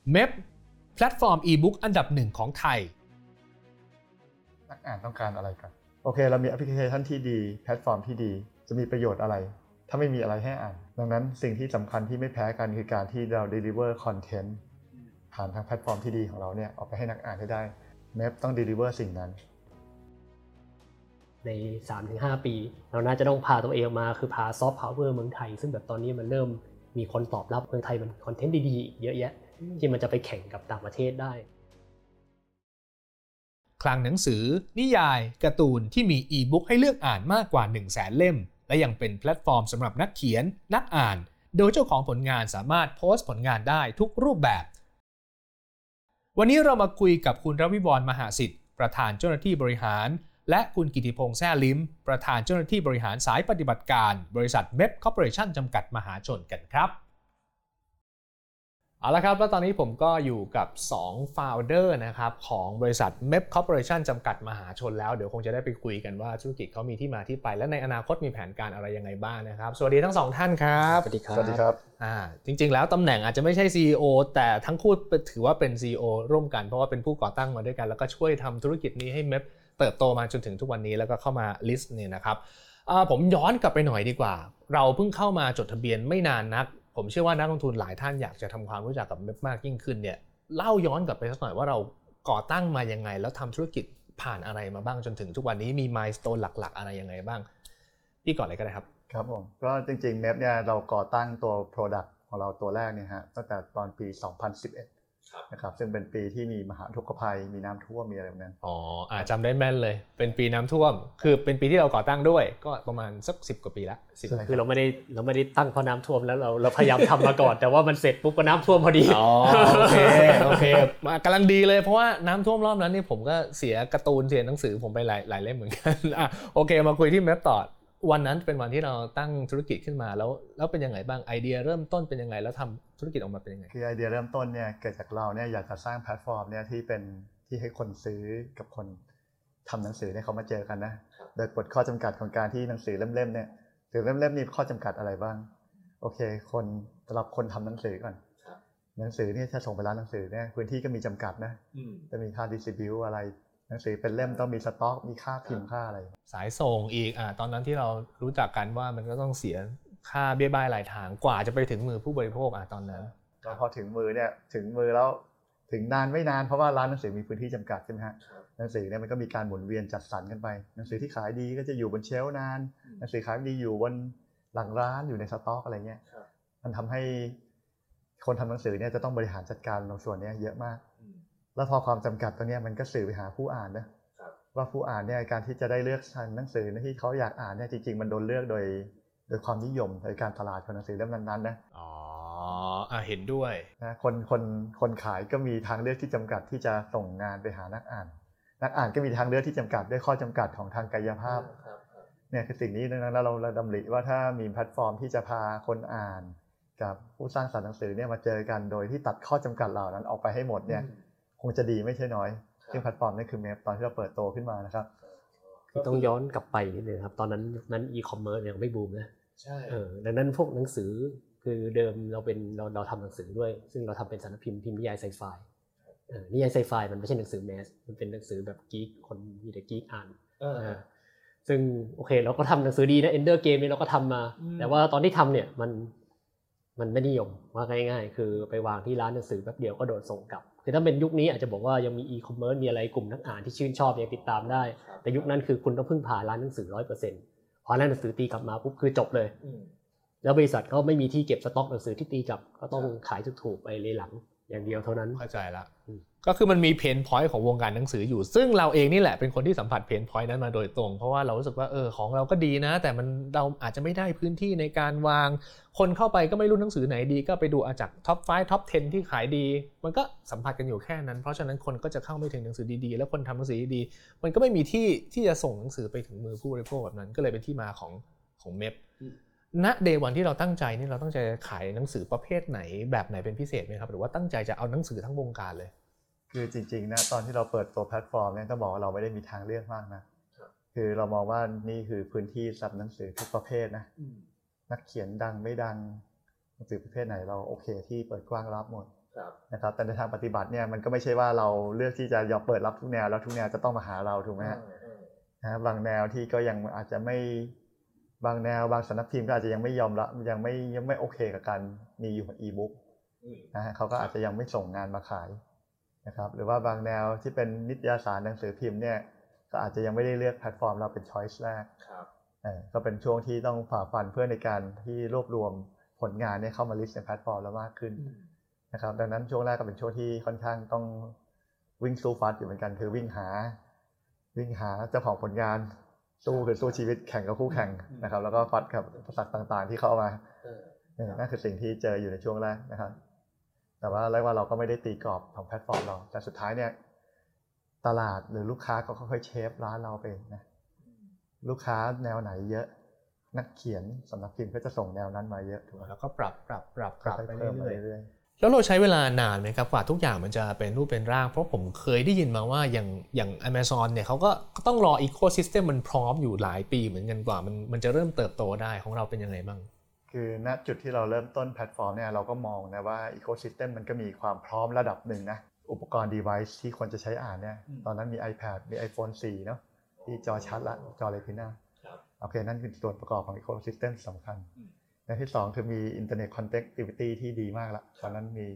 MEP แพลตฟอร์มอีบุ๊กอันดับหนึ่งของไทยนักอ่านต้องการอะไรกันโอเคเรามีแอปพลิเคชันที่ดีแพลตฟอร์มที่ดีจะมีประโยชน์อะไรถ้าไม่มีอะไรให้อ่านดังนั้นสิ่งที่สำคัญที่ไม่แพ้กันคือการที่เรา deliver content ผ่านทางแพลตฟอร์มที่ดีของเราเนี่ยออกไปให้นักอ่านให้ได้ MEP ต้อง deliver สิ่งนั้นใน 3-5 ปีเราน่าจะต้องพาตัวเองมาคือพาซอฟต์พาวเวอร์เมืองไทยซึ่งแบบตอนนี้มันเริ่มมีคนตอบรับเมืองไทยมันคอนเทนต์ดีๆเยอะแยะที่มันจะไปแข่งกับต่างประเทศได้คลังหนังสือนิยายการ์ตูนที่มีอีบุ๊กให้เลือกอ่านมากกว่า 100,000 เล่มและยังเป็นแพลตฟอร์มสำหรับนักเขียนนักอ่านโดยเจ้าของผลงานสามารถโพสต์ผลงานได้ทุกรูปแบบวันนี้เรามาคุยกับคุณรวิวรณ์มหาสิทธิ์ประธานเจ้าหน้าที่บริหารและคุณกิติพงษ์แซ่ลิ้มประธานเจ้าหน้าที่บริหารสายปฏิบัติการบริษัท MEP Corporation จำกัดมหาชนกันครับเอาละครับแล้วตอนนี้ผมก็อยู่กับ2 founder นะครับของบริษัท MEP Corporation จำกัดมหาชนแล้วเดี๋ยวคงจะได้ไปคุยกันว่าธุรกิจเขามีที่มาที่ไปและในอนาคตมีแผนการอะไรยังไงบ้างนะครับสวัสดีทั้ง2ท่านครับสวัสดีครับสวัสดีครับจริงๆแล้วตำแหน่งอาจจะไม่ใช่ CEO แต่ทั้งคู่ถือว่าเป็น CEO ร่วมกันเพราะว่าเป็นผู้ก่อตั้งมาด้วยกันแล้วก็ช่วยทำธุรกิจนี้ให้ MEP เติบโตมาจนถึงทุกวันนี้แล้วก็เข้ามา list เนี่ยนะครับผมย้อนกลับไปหน่อยดีกว่าเราเพิ่งเข้ามาจดทะเบียนไม่นานนักผมเชื่อว่านักลงทุนหลายท่านอยากจะทำความรู้จักกับ MEP มากยิ่งขึ้นเนี่ยเล่าย้อนกลับไปสักหน่อยว่าเราก่อตั้งมายังไงแล้วทำธุรกิจผ่านอะไรมาบ้างจนถึงทุกวันนี้มี milestone หลักๆอะไรยังไงบ้างพี่ก่อนเลยก็ได้ครับครับผมก็จริงๆ MEP เนี่ยเราก่อตั้งตัว product ของเราตัวแรกเนี่ยฮะตั้งแต่ตอนปี 2011นะครับซึ่งเป็นปีที่มีมหาอุทกภัยมีน้ำท่วมมีอะไรแบบนั้นจำได้แม่นเลยเป็นปีน้ำท่วมคือเป็นปีที่เราก่อตั้งด้วยก็ประมาณสัก10 กว่าปีละคือเราไม่ได้ตั้งเพราะน้ำท่วมแล้วเราพยายามทำมาก่อนแต่ว่ามันเสร็จปุ๊บก็น้ำท่วมพอดีโอเคกำลังดีเลยเพราะว่าน้ำท่วมรอบนั้นนี่ผมก็เสียการ์ตูนเสียหนังสือผมไปหลายเล่มเหมือนกันโอเคมาคุยที่MEPต่อวันนั้นเป็นวันที่เราตั้งธุรกิจขึ้นมาแล้วเป็นยังไงบ้างไอเดียเริ่มต้นเป็นยังไงแล้วทำธุรกิจออกมาเป็นยังไงคือไอเดียเริ่มต้นเนี่ยเกิดจากเราเนี่ยอยากจะสร้างแพลตฟอร์มเนี่ยที่เป็นที่ให้คนซื้อกับคนทำหนังสือเนี่ยเขามาเจอกันนะโดยกฎข้อจำกัดของการที่หนังสือเล่มๆเนี่ยหรือเล่มๆนี่ข้อจำกัดอะไรบ้างโอเคสำหรับคนทำหนังสือก่อนหนังสือเนี่ยถ้าส่งไปร้านหนังสือเนี่ยพื้นที่ก็มีจำกัดนะจะมีค่าดิสทริบิวอะไรหนังสือเป็นเล่มต้องมีสต็อกมีค่าพิมพ์ค่าอะไรสายส่งอีกตอนนั้นที่เรารู้จักกันว่ามันก็ต้องเสียค่าเบี้ยบ้ายหลายทางกว่าจะไปถึงมือผู้บริโภคตอนนั้นก็พอถึงมือเนี่ยถึงมือแล้วถึงนานไม่นานเพราะว่าร้านหนังสือมีพื้นที่จำกัดใช่ไหมฮะหนังสือเนี่ยมันก็มีการหมุนเวียนจัดสรรกันไปหนังสือที่ขายดีก็จะอยู่บนเชลฟ์นานหนังสือขายดีอยู่บนหลังร้านอยู่ในสต็อกอะไรเงี้ยมันทำให้คนทำหนังสือเนี่ยจะต้องบริหารจัดการในส่วนนี้เยอะมากแล้วพอความจำกัดตัวเนี้ยมันก็สื่อไปหาผู้อ่านนะว่าผู้อ่านเนี่ยการที่จะได้เลือกหนังสือที่เขาอยากอ่านเนี่ยจริงๆมันโดนเลือกโดยความนิยมโดยการตลาดของหนังสือเล่มนั้นๆนะเห็นด้วยนะคนขายก็มีทางเลือกที่จำกัดที่จะส่งงานไปหานักอ่านก็มีทางเลือกที่จำกัดด้วยข้อจำกัดของทางกายภาพเนี่ยคือสิ่งนี้ดังนั้นเราดำริว่าถ้ามีแพลตฟอร์มที่จะพาคนอ่านกับผู้สร้างสรรค์หนังสือเนี่ยมาเจอกันโดยที่ตัดข้อจำกัดเหล่านั้นออกไปให้หมดเนี่ยคงจะดีไม่ใช่น้อยซึ่งแพลตฟอร์มนี่คือMEPตอนที่เราเปิดโตขึ้นมานะครับคือต้องย้อนกลับไปนิดนึงครับตอนนั้นอีคอมเมิร์ซยังไม่บูมนะใช่ดังนั้นพวกหนังสือคือเดิมเราทำหนังสือด้วยซึ่งเราทำเป็นสำนักพิมพ์นิยายไซไฟนิยายไซไฟมันไม่ใช่หนังสือแมสมันเป็นหนังสือแบบกิ๊กคนมีแต่กิ๊กอ่านซึ่งโอเคเราก็ทำหนังสือดีนะ Ender Game นี่เราก็ทำมาแต่ว่าตอนที่ทำเนี่ยมันไม่นิยมว่าง่ายๆคือไปวางที่ร้านหนังสือแป๊บเดียวก็โดนส่งกลับคือถ้าเป็นยุคนี้อาจจะบอกว่ายังมีอีคอมเมิร์ซมีอะไรกลุ่มนักอ่านที่ชื่นชอบยังติดตามได้แต่ยุคนั้นคือคุณต้องพึ่งพาร้านหนังสือ 100% พอร้านหนังสือตีกลับมาปุ๊บคือจบเลยแล้วบริษัทก็ไม่มีที่เก็บสต็อกหนังสือที่ตีกลับก็ต้องขายถูกๆไปเลยหลังอย่างเดียวเท่านั้นเข้าใจละก็คือมันมีเพนพอยต์ของวงการหนังสืออยู่ซึ่งเราเองนี่แหละเป็นคนที่สัมผัสเพนพอยต์นั้นมาโดยตรงเพราะว่าเรารู้สึกว่าของเราก็ดีนะแต่เราอาจจะไม่ได้พื้นที่ในการวางคนเข้าไปก็ไม่รู้หนังสือไหนดีก็ไปดูจากท็อป5ท็อป10ที่ขายดีมันก็สัมผัสกันอยู่แค่นั้นเพราะฉะนั้นคนก็จะเข้าไม่ถึงหนังสือดีๆแล้วคนทำหนังสือดีๆมันก็ไม่มีที่จะส่งหนังสือไปถึงมือผู้บริโภคแบบนั้นก็เลยเป็นที่มาของMEPณเดย์วันที่เราตั้งใจนี่เราตั้งใจขายหนังสือประเภทไหนแบบไหนเป็นพิเศษไหมครับหรือว่าตั้งใจจะเอาหนังสือทั้งวงการเลยคือจริงๆนะตอนที่เราเปิดตัวแพลตฟอร์มเนี่ยต้องบอกว่าเราไม่ได้มีทางเลือกมากนะคือเรามองว่านี่คือพื้นที่สำหรับหนังสือทุกประเภทนะนักเขียนดังไม่ดังหนังสือประเภทไหนเราโอเคที่เปิดกว้างรับหมดนะครับแต่ในทางปฏิบัติเนี่ยมันก็ไม่ใช่ว่าเราเลือกที่จะยอมเปิดรับทุกแนวแล้วทุกแนวจะต้องมาหาเราถูกไหมฮะบางแนวที่ก็ยังอาจจะไม่บางแนวบางสำนักพิมพ์ก็อาจจะยังไม่ยอมรับยังไม่โอเคกับการมีอยู่ของอีบุ๊กนะฮะเขาก็อาจจะยังไม่ส่งงานมาขายนะครับหรือว่าบางแนวที่เป็นนิตยสารหนังสือพิมพ์เนี่ยก็อาจจะยังไม่ได้เลือกแพลตฟอร์มเราเป็นช้อยส์แรกก็เป็นช่วงที่ต้องฝ่าฟันเพื่อในการที่รวบรวมผลงานเนี่ยเข้ามาลิสต์ในแพลตฟอร์มแล้วมากขึ้นนะครับดังนั้นช่วงแรกก็เป็นช่วงที่ค่อนข้างต้องวิ่งสู้ฟัดอยู่เหมือนกันคือวิ่งหาเจ้าของผลงานสู้ชีวิตแข่งกับคู่แข่งนะครับแล้วก็ฟัดกับอุปสรรคต่างๆที่เข้ามานั่นคือสิ่งที่เจออยู่ในช่วงแรกนะครับแต่ว่าเรียกว่าเราก็ไม่ได้ตีกรอบของแพลตฟอร์มเราแต่สุดท้ายเนี่ยตลาดหรือลูกค้าก็ค่อยๆเชฟร้านเราไปนะลูกค้าแนวไหนเยอะนักเขียนสำนักพิมพ์ก็จะส่งแนวนั้นมาเยอะถูกไหมแล้วก็ปรับไปเรื่อยๆๆแล้วเราใช้เวลานานไหมครับกว่าทุกอย่างมันจะเป็นรูปเป็นร่างเพราะผมเคยได้ยินมาว่าอย่าง Amazon เนี่ยเขาก็ต้องรอ Ecosystem มันพร้อมอยู่หลายปีเหมือนกันกว่ามันจะเริ่มเติบโตได้ของเราเป็นยังไงบ้างคือณจุดที่เราเริ่มต้นแพลตฟอร์มเนี่ยเราก็มองนะว่า Ecosystem มันก็มีความพร้อมระดับหนึ่งนะอุปกรณ์ device ที่คนจะใช้อ่านเนี่ยตอนนั้นมี iPad มี iPhone 4เนาะที่จอชัดละจอ Retina โอเคนั่นคือส่วนประกอบของ Ecosystem สำคัญและที่2คือมี Internet Connectivity ที่ดีมากละตอนนั้นมี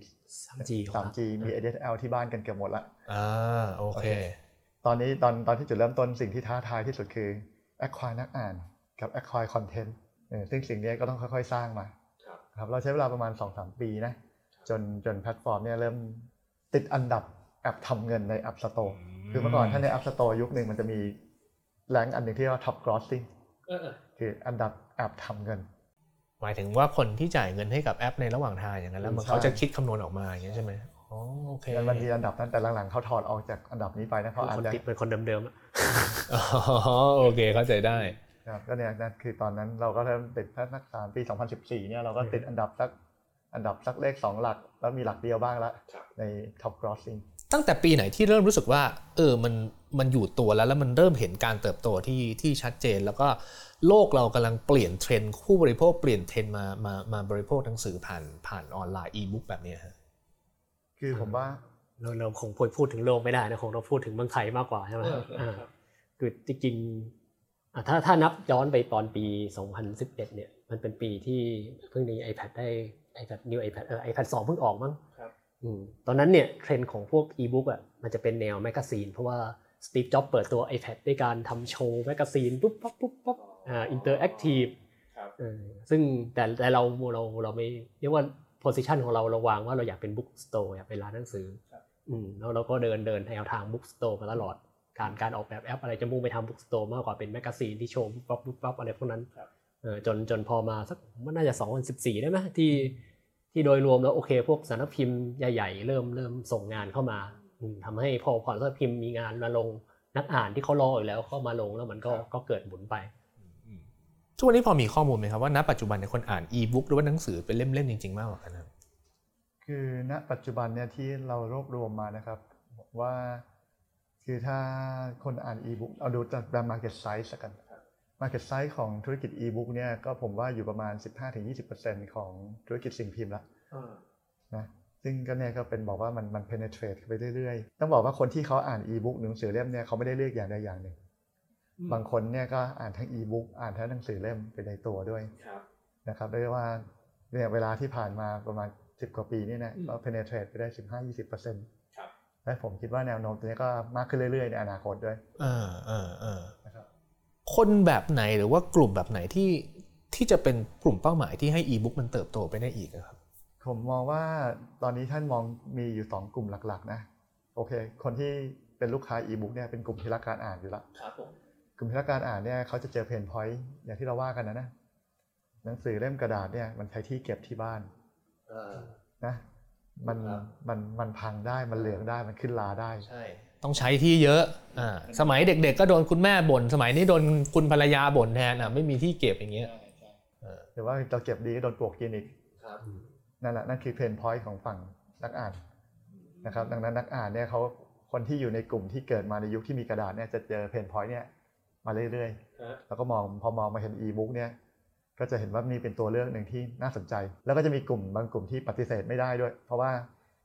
3G มี ADSL ที่บ้านกันเกือบหมดละโอเคตอนนี้ตอนที่จุดเริ่มต้นสิ่งที่ท้าทายที่สุดคือ acquire นักอ่านกับ acquire content ซึ่งสิ่งนี้ก็ต้องค่อยๆสร้างมาครับเราใช้เวลาประมาณ 2-3 ปีนะจนแพลตฟอร์มเนี่ยเริ่มติดอันดับแอปทำเงินใน App Store คือเมื่อก่อนถ้าใน App Store ยุคหนึ่งมันจะมีแรงอันหนึ่งที่เรียกว่า Top Grossing คืออันดับแอปทำเงินหมายถึงว่าคนที่จ่ายเงินให้กับแอปในระหว่างทางอย่างนั้นแล้วเขาจะคิดคำนวณออกมาอย่างนี้ใช่ไหมโอเคมันมีอันดับนั้นแต่หลังๆเขาถอดออกจากอันดับนี้ไปนะเพราะคนติดเป็นคนเดิมๆโอเคเข้าใจได้ครับก็เนี่ยนั่นคือตอนนั้นเราก็เริ่มติดแพทนักสารปี2014เนี่ยเราก็ติดอันดับสักเลข2หลักแล้วมีหลักเดียวบ้างละใน Top Grossing ตั้งแต่ปีไหนที่เริ่มรู้สึกว่ามันอยู่ตัวแล้วมันเริ่มเห็นการเติบโตที่ชัดเจนแล้วก็โลกเรากำลังเปลี่ยนเทรนด์ผู้บริโภคเปลี่ยนเทรนด์มาบริโภคหนังสือผ่านออนไลน์อีบุ๊กแบบนี้ฮะคือผมว่าเราคงพูดถึงโลกไม่ได้นะคงเราพูดถึงเมืองไทยมากกว่าใช่ไหมคือจริงๆถ้านับย้อนไปตอนปี2011เนี่ยมันเป็นปีที่เพิ่งมี iPad ได้ iPad New iPad 2เพิ่งออกมั้งตอนนั้นเนี่ยเทรนด์ของพวกอีบุ๊กอ่ะมันจะเป็นแนวแมกกาซีนเพราะว่าสตีฟจ็อบส์เปิดตัว iPad ด้วยการทำโชว์แมกกาซีนปุ๊บปั๊บอินเตอร์แอคทีฟซึ่งแต่เราไม่เรียกว่าโพสิชันของเราวางว่าเราอยากเป็นบุ๊กสโตร์อยากเป็นร้านหนังสือแล้วเราก็เดินแนวทางบุ๊กสโตร์มาตลอดการออกแบบแอปอะไรจะมุ่งไปทำบุ๊กสโตร์มากกว่าเป็นแมกกาซีนที่โชว์ปุ๊บปั๊บอะไรพวกนั้นจนพอมาสักมันน่าจะ2014ได้ไหมที่โดยรวมแล้วโอเคพวกสำนักพิมพ์ใหญ่ๆเริ่มส่งงานเข้ามาทำให้พอสำนักพิมพ์มีงานมาลงนักอ่านที่เขารออยู่แล้วเข้ามาลงแล้วมันก็เกิดหมุนไปทุกวันนี้พอมีข้อมูลไหมครับว่าณปัจจุบันคนอ่านอีบุ๊กหรือว่าหนังสือเป็นเล่มๆจริงๆมากกว่ากันครับคือณปัจจุบันเนี่ยที่เรารวบรวมมานะครับว่าคือถ้าคนอ่านอีบุ๊กเอาดูจากแบบ market size กัน market size ของธุรกิจอีบุ๊กเนี่ยก็ผมว่าอยู่ประมาณ 15-20% ของธุรกิจสิ่งพิมพ์ละนะซึ่งก็เนี่ยก็เป็นบอกว่ามัน penetrate ไปเรื่อยๆต้องบอกว่าคนที่เขาอ่านอีบุ๊กหนังสือเล่มเนี่ยเขาไม่ได้เลือกอย่างใดอย่างหนึ่งบางคนเนี่ยก็อ่านทั้งอีบุ๊กอ่านทั้งหนังสือเล่มไปในตัวด้วยนะครับเรียกว่าเนี่ยเวลาที่ผ่านมาประมาณ10 กว่าปีนี่นะก็ penetrate ไปได้ 15-20%และผมคิดว่าแนวโน้มตัวนี้ก็มากขึ้นเรื่อยๆในอนาคตด้วยนะครับคนแบบไหนหรือว่ากลุ่มแบบไหนที่จะเป็นกลุ่มเป้าหมายที่ให้อีบุ๊กมันเติบโตไปได้อีกครับผมมองว่าตอนนี้ท่านมองมีอยู่2กลุ่มหลักๆนะโอเคคนที่เป็นลูกค้าอีบุ๊กเนี่ยเป็นกลุ่มที่รักการอ่านอยู่แล้วกลุ่มที่รักการอ่านเนี่ยเขาจะเจอเพนพอยต์อย่างที่เราว่ากันนะหนังสือเล่มกระดาษเนี่ยมันใช้ที่เก็บที่บ้านนะมันพังได้มันเหลืองได้มันขึ้นราได้ใช่ต้องใช้ที่เยอะสมัยเด็กๆก็โดนคุณแม่บ่นสมัยนี้โดนคุณภรรยาบ่นแทนไม่มีที่เก็บอย่างเงี้ยหรือว่าเราเก็บดีก็โดนปลวกกินอีกนั่นแหละนั่นคือเพนพอยต์ของฝั่งนักอ่านนะครับดังนั้นนักอ่านเนี่ยเขาคนที่อยู่ในกลุ่มที่เกิดมาในยุคที่มีกระดาษเนี่ยจะเจอเพนพอยต์เนี่ยมาเรื่อยๆแล้วก็พอมองมาเห็นอีบุ๊กเนี่ยก็จะเห็นว่านี่เป็นตัวเลือกหนึ่งที่น่าสนใจแล้วก็จะมีบางกลุ่มที่ปฏิเสธไม่ได้ด้วยเพราะว่า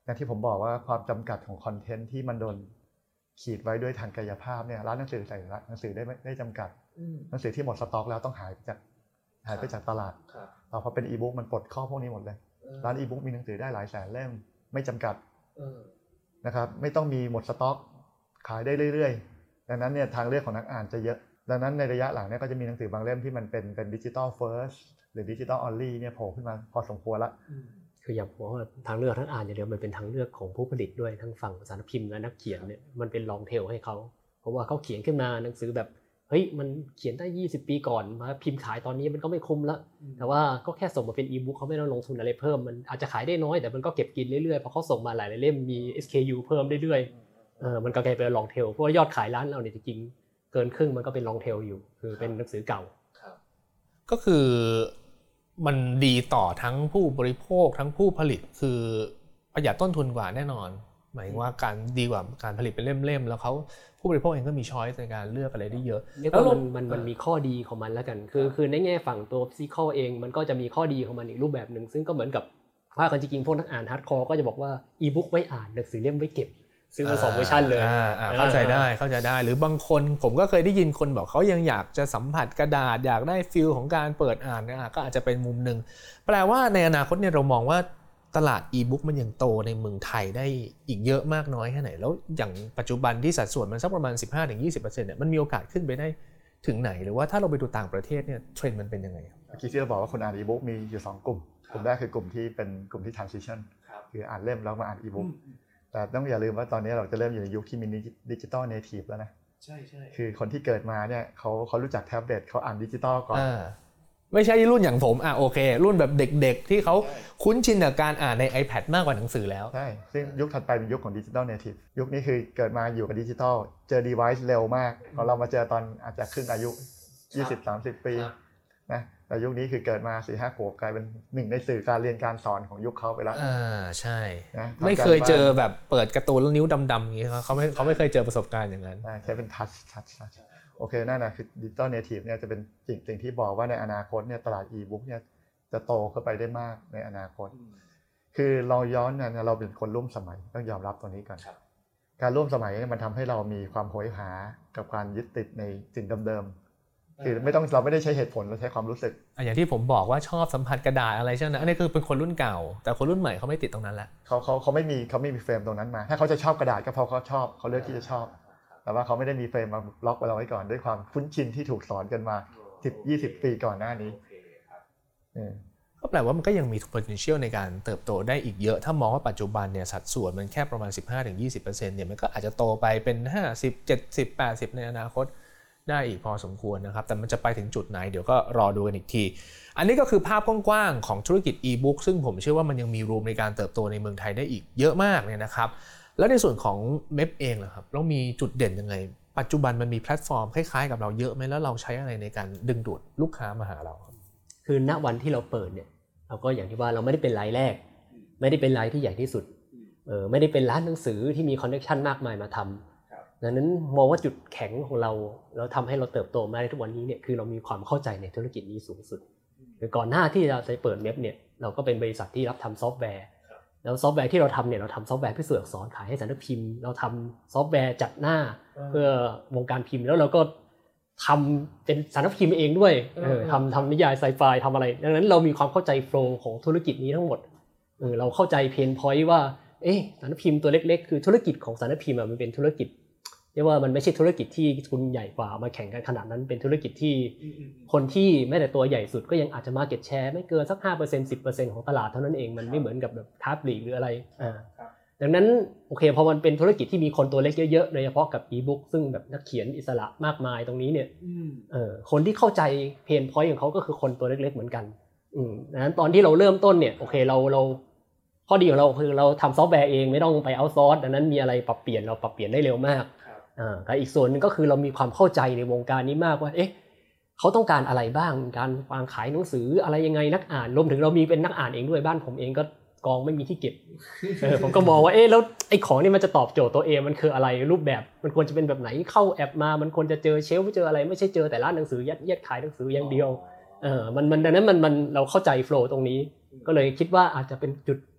อย่างที่ผมบอกว่าความจำกัดของคอนเทนต์ที่มันโดนขีดไว้ด้วยทางกายภาพเนี่ยร้านหนังสือใส่หนังสือได้จำกัดหนังสือที่หมดสต็อกแล้วต้องหายไปจากตลาดพอเป็นอีบุ๊กมันปลดข้อพวกนี้หมดเลยร้านอีบุ๊กมีหนังสือได้หลายแสนเล่มไม่จำกัดนะครับไม่ต้องมีหมดสต็อกขายได้เรื่อยๆดังนั้นเนี่ยทางเลือกของนักอ่านจะเยอะดังนั้นในระยะหลังเนี่ยก็จะมีหนังสือบางเล่มที่มันเป็นดิจิตอลเฟิร์สหรือดิจิตอลออนลี่เนี่ยโผล่ขึ้นมาพอสมควรละคืออย่างผมว่าทางเลือกทั้งอ่านอย่างเดียวมันเป็นทางเลือกของผู้ผลิตด้วยทั้งฝั่งสารพิมพ์และนักเขียนเนี่ยมันเป็นลองเทลให้เขาเพราะว่าเขาเขียนขึ้นมาหนังสือแบบเฮ้ยมันเขียนได้20 ปีก่อนมาพิมพ์ขายตอนนี้มันก็ไม่คุ้มละแต่ว่าก็แค่ส่งมาเป็นอีบุ๊กเขาไม่ต้องลงทุนอะไรเพิ่มมันอาจจะขายได้น้อยแต่มันก็เก็บกินเรื่อยๆเพราะเขาส่งมาหลายเล่มมี SKU เพิ่มเรื่อยๆมันก็กลายเป็นลองเทลเพราะว่ายอดขายร้านเราเนี่ยจริงๆเกินครึ่งมันก็เป็นลองเทลอยู่คือเป็นหนังสือเก่าก็คือมันดีต่อทั้งผู้บริโภคทั้งผู้ผลิตคือประหยัดต้นทุนกว่าแน่นอนหมายว่าการดีกว่าการผลิตเป็นเล่มๆแล้วเขาผู้บริโภคเองก็มีช้อยส์ในการเลือกอะไรได้เยอะแล้วมันมีข้อดีของมันแล้วกันคือในแง่ฝั่งตัว physical เองมันก็จะมีข้อดีของมันอีกรูปแบบนึงซึ่งก็เหมือนกับว่ากันจริงๆพวกนักอ่านฮาร์ดคอร์ก็จะบอกว่าอีบุ๊กไว้อ่านหนังสือเล่มไว้เก็บซื้อมา2เวอร์ชันเลยเข้าใจได้หรือบางคนผมก็เคยได้ยินคนบอกเขายังอยากจะสัมผัสกระดาษอยากได้ฟีลของการเปิดอ่านก็อาจจะเป็นมุมนึงแปลว่าในอนาคตเนี่ยเรามองว่าตลาดอีบุ๊กมันยังโตในเมืองไทยได้อีกเยอะมากน้อยแค่ไหนแล้วอย่างปัจจุบันที่สัดส่วนมันสักประมาณ 15-20% เนี่ยมันมีโอกาสขึ้นไปได้ถึงไหนหรือว่าถ้าเราไปดูต่างประเทศเนี่ยเทรนด์มันเป็นยังไงครับเมื่อกี้ที่เราบอกว่าคนอ่านอีบุ๊กมีอยู่2กลุ่มแรกคือกลุ่มที่เป็นกลุ่มที่ transition คืออ่านเล่มแล้วมาอ่านอีบุ๊กแต่ต้องอย่าลืมว่าตอนนี้เราจะเริ่มอยู่ในยุคที่มีดิจิตอลเนทีฟแล้วนะใช่คือคนที่เกิดมาเนี่ยเขารู้จักแท็บเล็ตเขาอ่านดิจิตอลก่อนไม่ใช่รุ่นอย่างผมโอเครุ่นแบบเด็กๆที่เขาคุ้นชินกับการอ่านใน iPad มากกว่าหนังสือแล้วใช่ซึ่งยุคถัดไปเป็นยุคของดิจิตอลเนทีฟยุคนี้คือเกิดมาอยู่กับดิจิตอลเจอ device เร็วมากพอเรามาเจอตอนอาจจะครึ่งอายุ 20-30 ปีนะแต่ยุคนี้คือเกิดมา 4-5 ขวบกลายเป็นหนึ่งในสื่อการเรียนการสอนของยุคเขาไปแล้วใช่นะไม่เคยเจอแบบเปิดการ์ตูนแล้วนิ้วดำๆอย่างนี้เขาไม่เคยเจอประสบการณ์อย่างนั้นใช้เป็นทัชโอเคนั่นนะคือดิจิตอลเนทีฟเนี่ยจะเป็นสิ่งที่บอกว่าในอนาคตเนี่ยตลาดอีบุ๊กเนี่ยจะโตขึ้นไปได้มากในอนาคตคือเราย้อนเนี่ยเราเป็นคนร่วมสมัยต้องยอมรับตรงนี้ก่อนการร่วมสมัยเนี่ยมันทำให้เรามีความโหยหากับการยึดติดในสิ่งเดิมๆคือเราไม่ได้ใช้เหตุผลเราใช้ความรู้สึกอย่างที่ผมบอกว่าชอบสัมผัสกระดาษอะไรใช่ไหมอันนี้คือเป็นคนรุ่นเก่าแต่คนรุ่นใหม่เขาไม่ติดตรงนั้นแหละเขาไม่มีเฟรมตรงนั้นมาถ้าเขาจะชอบกระดาษก็เพราะเขาชอบเขาเลือกที่จะชอบแต่ว่าเขาไม่ได้มีเฟรมมาล็อกเราไว้ก่อนด้วยความคุ้นชินที่ถูกสอนกันมา 10-20 ปีก่อนหน้านี้ก็แปลว่ามันก็ยังมี potential ในการเติบโตได้อีกเยอะถ้ามองว่าปัจจุบันเนี่ยสัดส่วนมันแค่ประมาณ 15-20% เนี่ยมันก็อาจจะโตไปเป็น50 70 80ในอนาคตได้อีกพอสมควรนะครับแต่มันจะไปถึงจุดไหนเดี๋ยวก็รอดูกันอีกทีอันนี้ก็คือภาพกว้างๆของธุรกิจ e-book ซึ่งผมเชื่อว่ามันยังมีรูมในการเติบโตในเมืองไทยได้อีกเยอะมากเนี่ยนะครับแล้วในส่วนของเมพเองล่ะครับเรามีจุดเด่นยังไงปัจจุบันมันมีแพลตฟอร์มคล้ายๆกับเราเยอะไหมแล้วเราใช้อะไรในการดึงดูดลูกค้ามาหาเราคือณวันที่เราเปิดเนี่ยเราก็อย่างที่ว่าเราไม่ได้เป็นรายแรกไม่ได้เป็นรายที่ใหญ่ที่สุดไม่ได้เป็นร้านหนังสือที่มีคอนเนคชั่นมากมายมาทำดังนั้นมองว่าจุดแข็งของเราแล้วทำให้เราเติบโตมาในทุกวันนี้เนี่ยคือเรามีความเข้าใจในธุรกิจนี้สูงสุดคือก่อนหน้าที่เราจะเปิดเมพเนี่ยเราก็เป็นบริษัทที่รับทำซอฟต์แวร์แล้วซอฟต์แวร์ที่เราทำเนี่ยเราทำซอฟต์แวร์เพื่อสื่ออักษรขายให้สำนักพิมพ์เราทำซอฟต์แวร์จัดหน้าเพื่อวงการพิมพ์แล้วเราก็ทำเป็นสำนักพิมพ์เองด้วยทำนิยายไซไฟทำอะไรดังนั้นเรามีความเข้าใจโฟลว์ของธุรกิจนี้ทั้งหมดเราเข้าใจเพนพอยต์ว่าสำนักพิมพ์ตัวเล็กๆคือธุรกิจของสำนักพิมพ์มันเป็นธุรกิจเรียกว่ามันไม่ใช่ธุรกิจที่ทุนใหญ่กว่ามาแข่งกันขนาดนั้นเป็นธุรกิจที่คนที่แม้แต่ตัวใหญ่สุดก็ยังอาจจะมาร์เก็ตแชร์ไม่เกินสัก 5% 10% ของตลาดเท่านั้นเองมันไม่เหมือนกับแบบท็อปลีกหรืออะไรดังนั้นโอเคพอมันเป็นธุรกิจที่มีคนตัวเล็กเยอะๆโดยเฉพาะกับอีบุ๊กซึ่งแบบนักเขียนอิสระมากมายตรงนี้เนี่ยคนที่เข้าใจเพนพอยต์ของเขาก็คือคนตัวเล็กๆเหมือนกันดังนั้นตอนที่เราเริ่มต้นเนี่ยโอเคเราข้อดีของเราคือเราทำซอฟต์แวร์เองไม่ต้องไปเอาท์ซอร์สดังนั้นมีอะไรปรับเปลี่ยนเราปรับเปลี่ยนได้เร็วมากแต่อีกส่วนนึงก็คือเรามีความเข้าใจในวงการนี้มากว่าเขาต้องการอะไรบ้างการวางขายหนังสืออะไรยังไงนักอ่านรวมถึงเรามีเป็นนักอ่านเองด้วยบ้านผมเองก็กองไม่มีที่เก็บผมก็มองว่าแล้วไอ้ของนี่มันจะตอบโจทย์ตัวเองมันคืออะไรรูปแบบมันควรจะเป็นแบบไหนเข้าแอปมามันควรจะเจอเชลฟ์เจออะไรไม่ใช่เจอแต่ร้านหนังสือยัดขายหนังสืออย่างเดียวมันดังนั้นมันเราเข้าใจโฟลว์ตรงนี้ก็เลยคิดว่าอาจจะเป็นจุด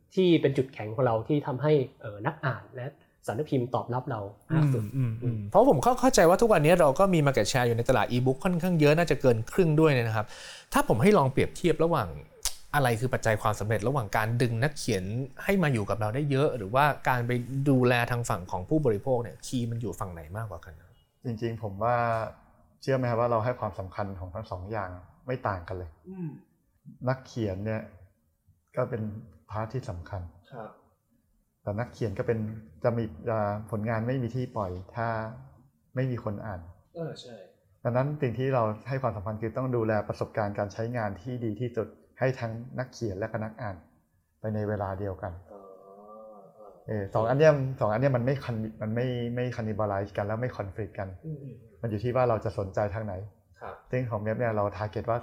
ที่เป็นจุดแข็งของเราที่ทำให้นักอ่านและสำนักพิมพ์ตอบรับเรามากสุดเพราะผมเข้าใจว่าทุกวันนี้เราก็มี market share อยู่ในตลาด e-book ค่อนข้างเยอะน่าจะเกินครึ่งด้วยนะครับถ้าผมให้ลองเปรียบเทียบระหว่างอะไรคือปัจจัยความสำเร็จระหว่างการดึงนักเขียนให้มาอยู่กับเราได้เยอะหรือว่าการไปดูแลทางฝั่งของผู้บริโภคเนี่ยคีย์มันอยู่ฝั่งไหนมากกว่ากันจริงๆผมว่าเชื่อไหมครับว่าเราให้ความสำคัญของทั้งสองอย่างไม่ต่างกันเลยนักเขียนเนี่ยก็เป็นพาร์ทที่สำคัญแต่นักเขียนก็เป็นจะมีผลงานไม่มีที่ปล่อยถ้าไม่มีคนอ่านใช่ดังนั้นสิ่งที่เราให้ความสำคัญคือต้องดูแลประสบการณ์การใช้งานที่ดีที่สุดให้ทั้งนักเขียนและก็นักอ่านไปในเวลาเดียวกันสองอันเนี้ยมันไม่คันนิบาลไลซ์กันแล้วไม่คอนฟลิกต์กันมันอยู่ที่ว่าเราจะสนใจทางไหนซึ่งของเว็บเนี่ยเราทาร์เก็ตว่า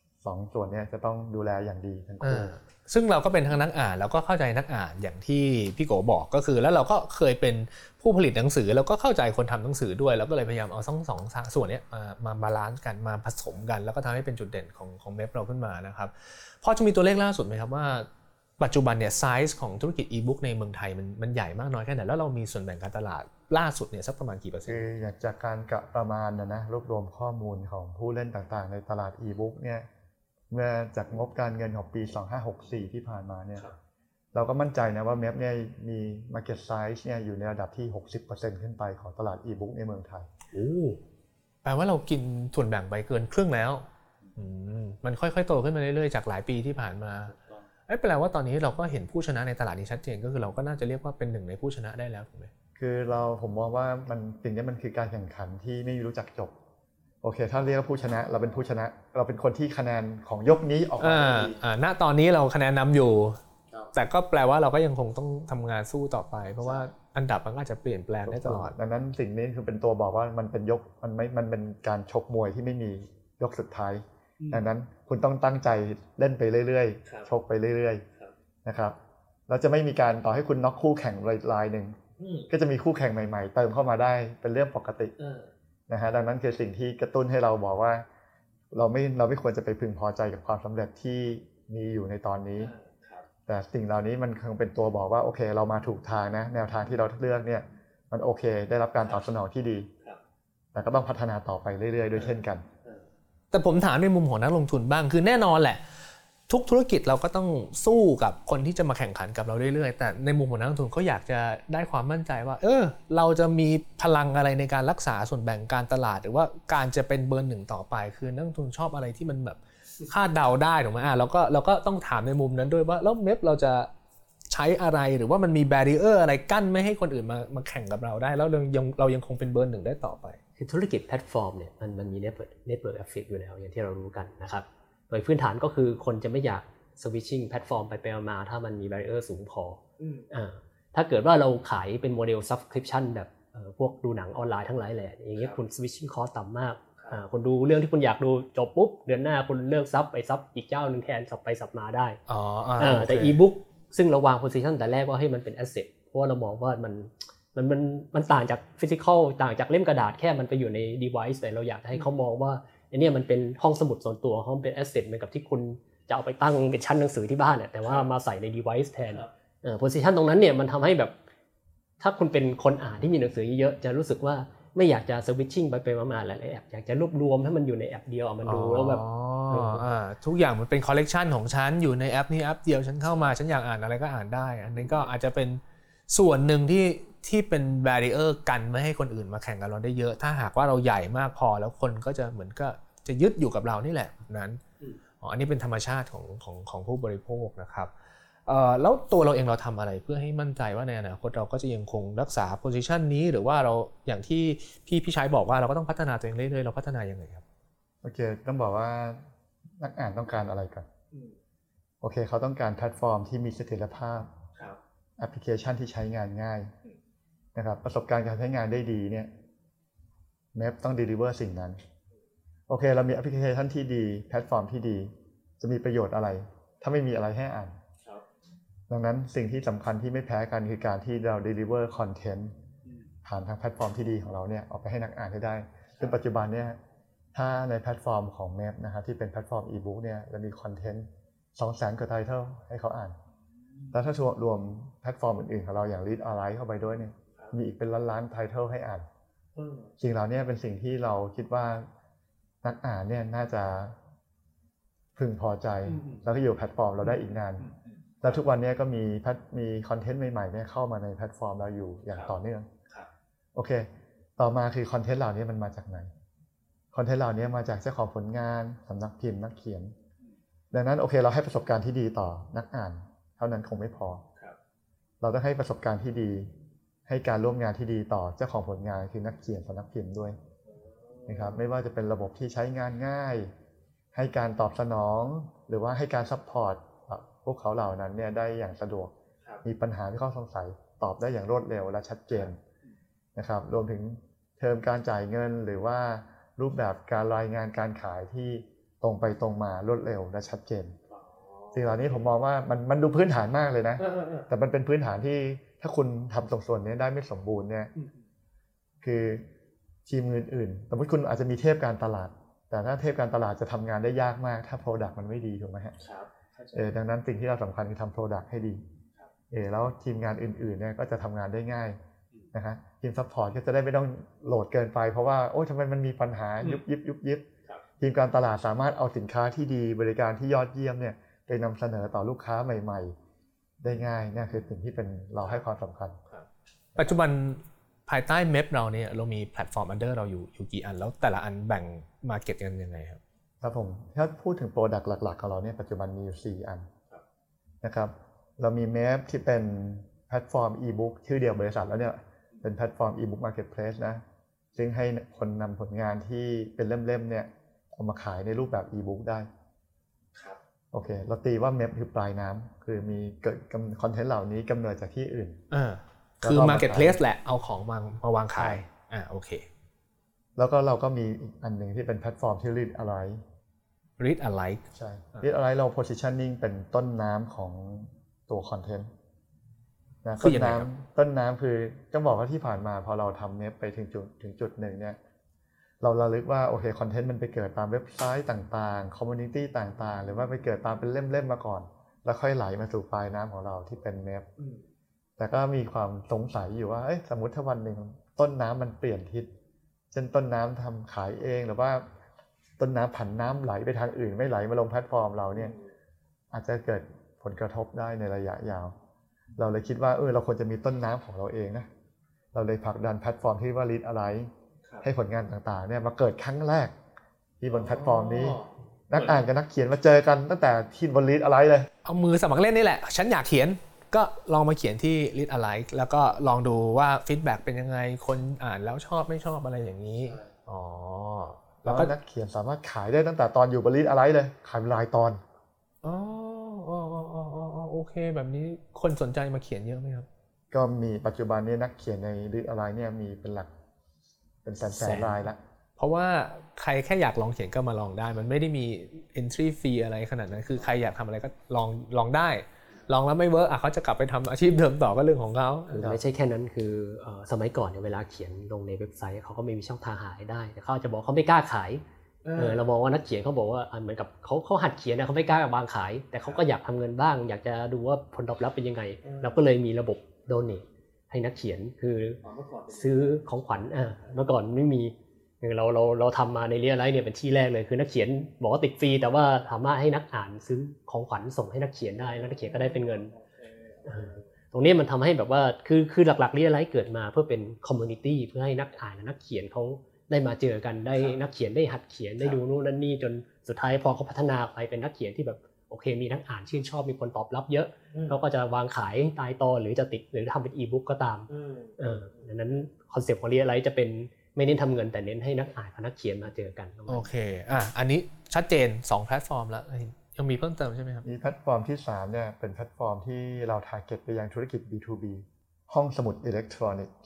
2ส่วนนี้จะต้องดูแลอย่างดีทั้งคู่ซึ่งเราก็เป็นทั้งนักอ่านแล้วก็เข้าใจนักอ่านอย่างที่พี่โกบอกก็คือแล้วเราก็เคยเป็นผู้ผลิตหนังสือแล้วก็เข้าใจคนทำหนังสือด้วยแล้วก็เลยพยายามเอาสองส่วนนี้มาบาลานซ์กันมาผสมกันแล้วก็ทำให้เป็นจุดเด่นของเว็บเราขึ้นมานะครับพอจะมีตัวเลขล่าสุดไหมครับว่าปัจจุบันเนี่ยไซส์ของธุรกิจอีบุ๊กในเมืองไทยมันใหญ่มากน้อยแค่ไหนแล้วเรามีส่วนแบ่งการตลาดล่าสุดเนี่ยสักประมาณกี่เปอร์เซ็นต์คือจากการกะประมาณนะรวบรวมข้อมูลของผู้เล่นต่างๆในตลาดอีบุ๊กเนี่ยเมื่อจากงบการเงินของปี2564ที่ผ่านมาเนี่ยเราก็มั่นใจนะว่าเมฟเนี่ยมี market size เนี่ยอยู่ในระดับที่ 60% ขึ้นไปของตลาดอีบุ๊กในเมืองไทยแปลว่าเรากินส่วนแบ่งไปเกินครึ่งแล้วมันค่อยๆโตขึ้นมาเรื่อยๆจากหลายปีที่ผ่านมาแปลว่าตอนนี้เราก็เห็นผู้ชนะในตลาดนี้ชัดเจนก็คือเราก็น่าจะเรียกว่าเป็นหนึ่งในผู้ชนะได้แล้วถูกไหมคือผมมองว่าสิ่งนี้มันคือการแข่งขันที่ไม่รู้จักจบโอเคถ้าเรียกว่าผู้ชนะเราเป็นผู้ชนะเราเป็นคนที่คะแนนของยกนี้ออกมาณตอนนี้เราคะแนนนำอยู่แต่ก็แปลว่าเราก็ยังคงต้องทำงานสู้ต่อไปเพราะว่าอันดับมันอาจจะเปลี่ยนแปลงได้ตลอดดังนั้นสิ่งนี้คือเป็นตัวบอกว่ามันเป็นยกมันเป็นการชกมวยที่ไม่มียกสุดท้ายดังนั้นคุณต้องตั้งใจเล่นไปเรื่อยๆชกไปเรื่อยๆนะครับเราจะไม่มีการต่อให้คุณน็อกคู่แข่งรายหนึ่งก็จะมีคู่แข่งใหม่ๆเติมเข้ามาได้เป็นเรื่องปกตินะฮะดังนั้นคือสิ่งที่กระตุ้นให้เราบอกว่าเราไม่ควรจะไปพึงพอใจกับความสำเร็จที่มีอยู่ในตอนนี้แต่สิ่งเหล่านี้มันคงเป็นตัวบอกว่าโอเคเรามาถูกทางนะแนวทางที่เราเลือกเนี่ยมันโอเคได้รับการตอบสนองที่ดีแต่ก็ต้องพัฒนาต่อไปเรื่อยๆด้วยเช่นกันแต่ผมถามในมุมของนักลงทุนบ้างคือแน่นอนแหละทุกธุรกิจเราก็ต้องสู้กับคนที่จะมาแข่งขันกับเราเรื่อยๆแต่ในมุมของนักลงทุนเขาอยากจะได้ความมั่นใจว่าเราจะมีพลังอะไรในการรักษาส่วนแบ่งการตลาดหรือว่าการจะเป็นเบอร์หนึ่งต่อไปคือนักลงทุนชอบอะไรที่มันแบบคาดเดาได้ถูกไหมเราก็ต้องถามในมุมนั้นด้วยว่าแล้วเมฟเราจะใช้อะไรหรือว่ามันมีแบรีเออร์อะไรกั้นไม่ให้คนอื่นมาแข่งกับเราได้แล้วเรายังคงเป็นเบอร์หนึ่งได้ต่อไปคือธุรกิจแพลตฟอร์มเนี่ยมันมี network effect อยู่แล้วอย่างที่เรารู้กันนะครับโดยพื้นฐานก็คือคนจะไม่อยาก switching แพลตฟอร์มไปมาถ้ามันมี barrier สูงพอถ้าเกิดว่าเราขายเป็นโมเดล subscription แบบพวกดูหนังออนไลน์ทั้งหลายแหละอย่างเงี้ยคุณ switching cost ต่ำมากคุณดูเรื่องที่คุณอยากดูจบปุ๊บเดือนหน้าคุณเลิกซับไปซับอีกเจ้านึงแทนซับไปซับมาได้แต่ e-book ซึ่งเราวาง position แต่แรกว่าให้มันเป็น asset เพราะว่าเรามองว่ามันต่างจาก physical ต่างจากเล่มกระดาษแค่มันไปอยู่ใน device แต่เราอยากให้เขามองว่าอันนี้มันเป็นห้องสมุดส่วนตัวเขาเป็น asset เหมือนกับที่คุณจะเอาไปตั้งเป็นชั้นหนังสือที่บ้านแต่ว่ามาใส่ใน device แทนposition ตรงนั้นเนี่ยมันทำให้แบบถ้าคุณเป็นคนอ่านที่มีหนังสือเยอะจะรู้สึกว่าไม่อยากจะ switching ไปมาหลายๆแอปอยากจะรวบรวมให้มันอยู่ในแอปเดียวมันดูแล้วแบบทุกอย่างมันเป็นคอลเลกชันของฉันอยู่ในแอปนี้แอปเดียวฉันเข้ามาฉันอยากอ่านอะไรก็อ่านได้อันนี้ก็อาจจะเป็นส่วนหนึ่งที่เป็นแบรีเออร์กันไม่ให้คนอื่นมาแข่งกับเราได้เยอะถ้าหากว่าเราใหญ่มากพอแล้วคนก็จะเหมือนก็จะยึดอยู่กับเรานี่แหละนั้นอันนี้เป็นธรรมชาติของผู้บริโภคนะครับแล้วตัวเราเองเราทำอะไรเพื่อให้มั่นใจว่าในอนาคตเราก็จะยังคงรักษาโพสิชันนี้หรือว่าเราอย่างที่พี่ชายบอกว่าเราก็ต้องพัฒนาตัวเองเรื่อยๆเราพัฒนายังไงครับโอเคต้องบอกว่านักอ่านต้องการอะไรกันโอเคเขาต้องการแพลตฟอร์มที่มีเสถียรภาพแอปพลิเคชันที่ใช้งานง่ายนะครับประสบการณ์การใช้งานได้ดีเนี่ยเมฟต้อง deliver สิ่งนั้นโอเคเรามีแอปพลิเคชันที่ดีแพลตฟอร์มที่ดีจะมีประโยชน์อะไรถ้าไม่มีอะไรให้อ่านดังนั้นสิ่งที่สำคัญที่ไม่แพ้กันคือการที่เรา deliver content ผ่านทางแพลตฟอร์มที่ดีของเราเนี่ยออกไปให้นักอ่านให้ได้ซึ่งปัจจุบันเนี่ยถ้าในแพลตฟอร์มของ MEF นะครับที่เป็นแพลตฟอร์ม e-book เนี่ยเรามีคอนเทนต์ 200,000 กว่าไทเทิลให้เขาอ่านแล้วถ้ารวมแพลตฟอร์มอื่นๆของเราอย่าง Read Alike เข้าไปด้วยเนี่ยมีอีกเป็นล้านๆไทเทิลให้อ่านสิ่งเหล่านี้เป็นสิ่งที่เราคิดว่านักอ่านเนี่ยน่าจะพึงพอใจแล้วก็อยู่แพลตฟอร์มเราได้อีกนานแล้วทุกวันนี้ก็มีคอนเทนต์ใหม่ๆเนี่ยเข้ามาในแพลตฟอร์มเราอยู่อย่างต่อเนื่องโอเคต่อมาคือคอนเทนต์เหล่านี้มันมาจากไหนคอนเทนต์เหล่านี้มาจากเจ้าของผลงานสำนักพิมพ์นักเขียนดังนั้นโอเคเราให้ประสบการณ์ที่ดีต่อนักอ่านเท่านั้นคงไม่พอเราต้องให้ประสบการณ์ที่ดีให้การร่วมงานที่ดีต่อเจ้าของผลงานคือนักเขียนสำนักพิมพ์ด้วยนะครับไม่ว่าจะเป็นระบบที่ใช้งานง่ายให้การตอบสนองหรือว่าให้การซัพพอร์ตพวกเขาเหล่านั้นเนี่ยได้อย่างสะดวกมีปัญหาที่ข้อสงสัยตอบได้อย่างรวดเร็วและชัดเจนนะครับรวมถึงเทอมการจ่ายเงินหรือว่ารูปแบบการรายงานการขายที่ตรงไปตรงมารวดเร็วและชัดเจนสิ่งเหล่านี้ผมมองว่ามันดูพื้นฐานมากเลยนะแต่มันเป็นพื้นฐานที่ถ้าคุณทำตรงส่วนนี้ได้ไม่สมบูรณ์เนี่ยคือทีมอื่นๆสมมติคุณอาจจะมีเทพการตลาดแต่ถ้าเทพการตลาดจะทำงานได้ยากมากถ้า Product มันไม่ดีถูกไหมฮะดังนั้นสิ่งที่เราสำคัญคือทำ Product ให้ดีแล้วทีมงานอื่นๆเนี่ยก็จะทำงานได้ง่ายนะฮะทีมซัพพอร์ตก็จะได้ไม่ต้องโหลดเกินไปเพราะว่าโอ้ยทำไมมันมีปัญหายุบยิบทีมการตลาดสามารถเอาสินค้าที่ดีบริการที่ยอดเยี่ยมเนี่ยไปนำเสนอต่อลูกค้าใหม่ๆได้ง่ายนี่คือสิ่งที่เป็นเราให้ความสำคัญปัจจุบันภายใต้เมพเราเนี่ยเรามีแพลตฟอร์มอันเดอร์เราอยู่กี่อันแล้วแต่ละอันแบ่งมาเก็ตกันยังไงครับครับผมถ้าพูดถึงโปรดักต์หลักๆของเราเนี่ยปัจจุบันมีอยู่4อันนะครับเรามีเมพที่เป็นแพลตฟอร์มอีบุ๊กชื่อเดียวบริษัทแล้วเนี่ยเป็นแพลตฟอร์มอีบุ๊กมาร์เก็ตเพลสนะซึ่งให้คนนำผลงานที่เป็นเล่มๆเนี่ยเอามาขายในรูปแบบอีบุ๊กได้โอเคเราตีว่าเมพคือปลายน้ำคือมีเกิดคอนเทนต์เหล่านี้กำเนิดจากที่อื่นคือ Marketplace แหละเอาของมาวางขายโอเคแล้วก็เราก็มีอีกอันหนึ่งที่เป็นแพลตฟอร์มที่ Read Alike Read Alike ใช่ Read Alike เรา positioning เป็นต้นน้ำของตัวคอนเทนต์นะต้นน้ำคือต้องบอกว่าที่ผ่านมาพอเราทำเน็ตไปถึงจุดหนึ่งเนี่ยเราระลึกว่าโอเคคอนเทนต์มันไปเกิดตามเว็บไซต์ต่างๆคอมมูนิตี้ต่างๆหรือว่าไปเกิดตามเป็นเล่มๆมาก่อนแล้วค่อยไหลมาสู่ปลายน้ำของเราที่เป็นเน็ตแต่ก็มีความสงสัยอยู่ว่าสมมติถ้าวันหนึ่งต้นน้ำมันเปลี่ยนทิศเช่นต้นน้ำทำขายเองหรือว่าต้นน้ำผันน้ำไหลไปทางอื่นไม่ไหลมาลงแพลตฟอร์มเราเนี่ยอาจจะเกิดผลกระทบได้ในระยะยาวเราเลยคิดว่าเราควรจะมีต้นน้ำของเราเองนะเราเลยผลักดันแพลตฟอร์มที่ว่า Read Alike ให้ผลงานต่างๆเนี่ยมาเกิดครั้งแรกที่บนแพลตฟอร์มนี้นักอ่านกับนักเขียนมาเจอกันตั้งแต่ที่บน Read Alike เลยเอามือสมัครเล่นนี่แหละฉันอยากเขียนก็ลองมาเขียนที่ Read Alike แล้วก็ลองดูว่าฟีดแบ็กเป็นยังไงคนอ่านแล้วชอบไม่ชอบอะไรอย่างนี้แล้วก็นักเขียนสามารถขายได้ตั้งแต่ตอนอยู่บน Read Alike เลยขายรายตอนโอเคแบบนี้คนสนใจมาเขียนเยอะไหมครับก็มีปัจจุบันนี้นักเขียนใน Read Alike เนี่ยมีเป็นหลักเป็นแสนรายละเพราะว่าใครแค่อยากลองเขียนก็มาลองได้มันไม่ได้มี entry fee อะไรขนาดนั้นคือใครอยากทำอะไรก็ลองได้ลองแล้วไม่เวิร์กเขาจะกลับไปทำอาชีพเดิมต่อก็เรื่องของเขาไม่ใช่แค่นั้นคือสมัยก่อนเนี่ยเวลาเขียนลงในเว็บไซต์เขาก็ไม่มีช่องทางหาได้แต่เขาจะบอกเขาไม่กล้าขายเรามองว่านักเขียนเขาบอกว่าเหมือนกับเขาหัดเขียนนะเขาไม่กล้าวางขายแต่เขาก็อยากทำเงินบ้างอยากจะดูว่าผลตอบรับเป็นยังไงเราก็เลยมีระบบโดเนทให้นักเขียนคือซื้อของขวัญเมื่อก่อนไม่มีเราทำมาในRead Alikeเนี่ยเป็นที่แรกเลยคือนักเขียนบอกว่าติดฟรีแต่ว่าสามารถให้นักอ่านซื้อของขวัญส่งให้นักเขียนได้แล้วนักเขียนก็ได้เป็นเงินตรงนี้มันทำให้แบบว่าคือหลักๆRead Alikeเกิดมาเพื่อเป็นคอมมูนิตี้เพื่อให้นักอ่านและนักเขียนเขาได้มาเจอกันได้นักเขียนได้หัดเขียนได้ดูนู่นนั่นนี่จนสุดท้ายพอเขาพัฒนาไปเป็นนักเขียนที่แบบโอเคมีนักอ่านชื่นชอบมีคนตอบรับเยอะเขาก็จะวางขายตายตอนหรือจะติดหรือทำเป็นอีบุ๊กก็ตามดังนั้นคอนเซ็ปต์ของRead Alikeจะเป็นไม่เน้นทำเงินแต่เน้นให้นักอ่านกับนักเขียนมาเจอกันโอเคอันนี้ชัดเจน2แพลตฟอร์มแล้วยังมีเพิ่มเติมใช่ไหมครับมีแพลตฟอร์มที่3เนี่ยเป็นแพลตฟอร์มที่เราทาร์เก็ตไปยังธุรกิจ B2B ห้องสมุดอิเล็กทรอนิกส์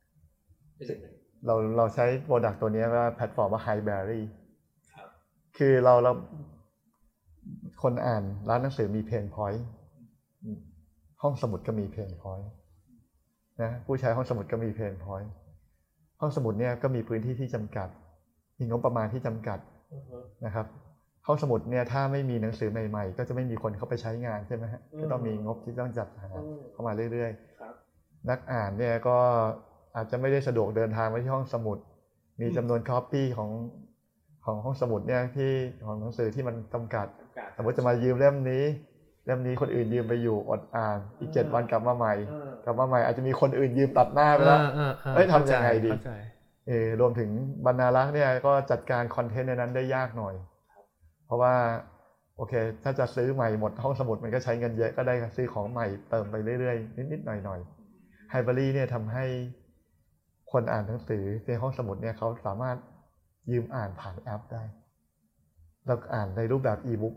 เราใช้โปรดักต์ตัวนี้ว่าแพลตฟอร์มว่า Highberry คือเราคนอ่านร้านหนังสือมีเพนพอยต์ห้องสมุดก็มีเพนพอยต์นะผู้ใช้ห้องสมุดก็มีเพนพอยต์ห้องสมุดเนี่ยก็มีพื้นที่ที่จำกัดมีงบประมาณที่จำกัดนะครับห้องสมุดเนี่ยถ้าไม่มีหนังสือใหม่ๆก็จะไม่มีคนเข้าไปใช้งานใช่ไหมฮะก็ต้องมีงบที่ต้องจัดหาเข้ามาเรื่อยๆนักอ่านเนี่ยก็อาจจะไม่ได้สะดวกเดินทางไปที่ห้องสมุดมีจำนวนคอปปี้ของห้องสมุดเนี่ยที่ของหนังสือที่มันจำกัดสมมติจะมายืมเล่มนี้คนอื่นยืมไปอยู่อดอ่านอีก7 วันกลับมาใหม่อาจจะมีคนอื่นยืมตัดหน้าไปแล้วทำยังไงดีรวมถึงบรรณารักษ์เนี่ยก็จัดการคอนเทนต์ในนั้นได้ยากหน่อยเพราะว่าโอเคถ้าจะซื้อใหม่หมดห้องสมุดมันก็ใช้เงินเยอะก็ได้ซื้อของใหม่เติมไปเรื่อยๆนิดๆหน่อยๆไฮเบอรี่เนี่ยทำให้คนอ่านหนังสือในห้องสมุดเนี่ยเขาสามารถยืมอ่านผ่านแอปได้แล้วอ่านในรูปแบบอีบุ๊ก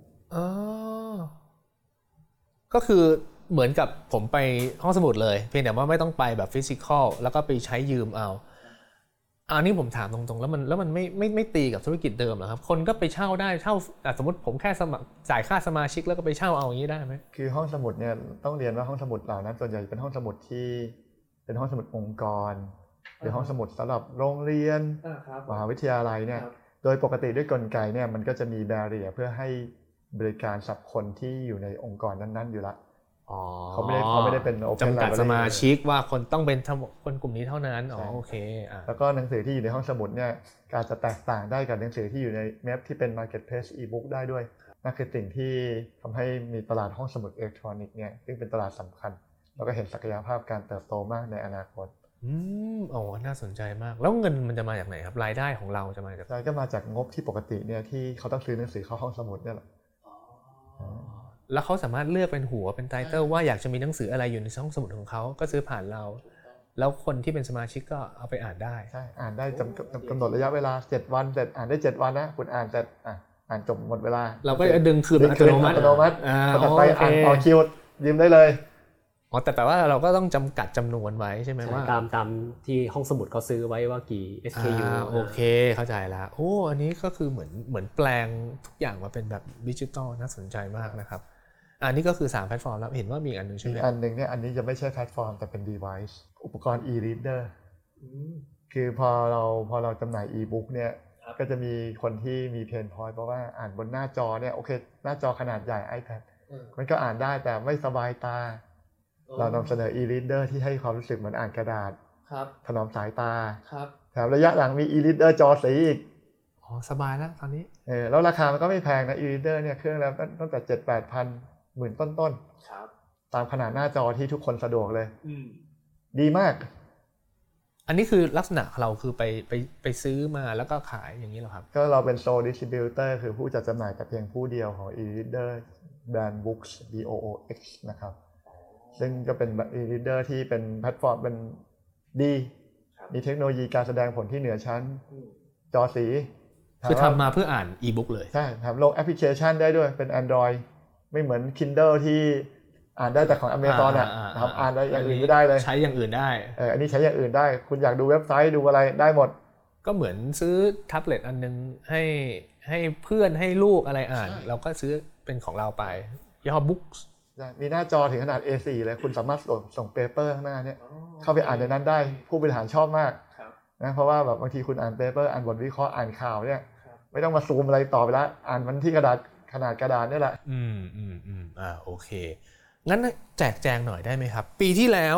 ก็คือเหมือนกับผมไปห้องสมุดเลยเพียงแต่ว่าไม่ต้องไปแบบฟิสิกอลแล้วก็ไปใช้ยืมเอาอันนี้ผมถามตรงๆแล้วมันไม่ตีกับธุรกิจเดิมเหรอครับคนก็ไปเช่าได้เช่าสมมติผมแค่สมัครจ่ายค่าสมาชิกแล้วก็ไปเช่าเอาอย่างนี้ได้ไหมคือห้องสมุดเนี่ยต้องเรียนว่าห้องสมุดเหล่านั้นส่วนใหญ่เป็นห้องสมุดที่เป็นห้องสมุดองค์กรหรือห้องสมุดสำหรับโรงเรียนมหาวิทยาลัยเนี่ยโดยปกติด้วยกลไกเนี่ยมันก็จะมีแบเรียร์เพื่อให้บริการสำหรับคนที่อยู่ในองค์กรนั้นๆอยู่ละเขาไม่ได้เป็น Open จำกัดสมาชิกว่าคนต้องเป็นคนกลุ่มนี้เท่านั้นโอเคแล้วก็หนังสือที่อยู่ในห้องสมุดเนี่ยอาจจะแตกต่างได้กับหนังสือที่อยู่ในเว็บที่เป็น Marketplace e-book ได้ด้วยนั่นคือสิ่งที่ทำให้มีตลาดห้องสมุดอิเล็กทรอนิกส์เนี่ยซึ่งเป็นตลาดสำคัญแล้วก็เห็นศักยภาพการเติบโตมากในอนาคตน่าสนใจมากแล้วเงินมันจะมาจากไหนครับรายได้ของเราจะมาจากก็มาจากงบที่ปกติเนี่ยที่เขาต้องซื้อหนังสือเข้าห้องสมุดเนี่ยแหละแล้วเขาสามารถเลือกเป็นหัวเป็นไตเติลว่าอยากจะมีหนังสืออะไรอยู่ในห้องสมุดของเขาก็ซื้อผ่านเราแล้วคนที่เป็นสมาชิกก็เอาไปอ่านได้ใช่อ่านได้กำหนดระยะเวลา7 วันเสร็จอ่านได้7 วันนะคุณอ่านเสร็จอ่านจบหมดเวลาเราก็ดึงคืนอัตโนมัติต่อไปอ่านต่อคิวยืมได้เลยแต่ว่าเราก็ต้องจำกัดจำนวนไว้ใช่ไหมว่าตามที่ห้องสมุดเขาซื้อไว้ว่ากี่ SKU โอเคเข้าใจแล้วอันนี้ก็คือเหมือนแปลงทุกอย่างมาเป็นแบบดิจิตอลน่าสนใจมากนะครับอันนี้ก็คือ3แพลตฟอร์มแล้วเห็นว่ามีอันนึงใช่ไหมอันนึงเนี่ยอันนี้จะไม่ใช่แพลตฟอร์มแต่เป็น device อุปกรณ์ e-reader คือพอเราจำหน่าย e-book เนี่ยก็จะมีคนที่มีเพนพอยต์เพราะว่าอ่านบนหน้าจอเนี่ยโอเคหน้าจอขนาดใหญ่ iPad มันก็อ่านได้แต่ไม่สบายตาเรานำเสนอ e-reader ที่ให้ความรู้สึกเหมือนอ่านกระดาษถนอมสายตาแถมระยะหลังมี e-reader จอสีอีกสบายแล้วตอนนี้แล้วราคามันก็ไม่แพงนะ e-reader เนี่ยเครื่องแล้วตั้งแต่ 7-8 พันหมื่นต้นๆตามขนาดหน้าจอที่ทุกคนสะดวกเลยดีมากอันนี้คือลักษณะเราคือไปซื้อมาแล้วก็ขายอย่างนี้เหรอครับก็เราเป็น sole distributor คือผู้จัดจำหน่ายแต่เพียงผู้เดียวของ e-reader brand books BOOX นะครับซึ่งก็เป็น e-reader ที่เป็นแพลตฟอร์มเป็นดีมีเทคโนโลยีการแสดงผลที่เหนือชั้นจอสีคือทำมาเพื่ออ่านอีบุ๊กเลยใช่แถมลงแอปพลิเคชันได้ด้วยเป็น Android ไม่เหมือน Kindle ที่อ่านได้แต่ของ Amazon อ่านได้อย่างอื่นไม่ได้เลยใช้อย่างอื่นได้อันนี้ใช้อย่างอื่นได้คุณอยากดูเว็บไซต์ดูอะไรได้หมดก็เหมือนซื้อแท็บเล็ตอันนึงให้เพื่อนให้ลูกอะไรอ่านเราก็ซื้อเป็นของเราไปย่อ Books มีหน้าจอถึงขนาด A4 เลยคุณสามารถส่งเปเปอร์ข้างหน้าเนี่ยเข้าไปอ่านในนั้นได้ผู้บริหารชอบมากนะเพราะว่าแบบบางทีคุณอ่านเปเปอร์อ่านบทวิเคราะห์อ่านข่าวเนี่ยไม่ต้องมาซูมอะไรต่อไปแล้วอ่านมันที่กระดาษขนาดกระดาษนี่แหละโอเคงั้นแจกแจงหน่อยได้ไหมครับปีที่แล้ว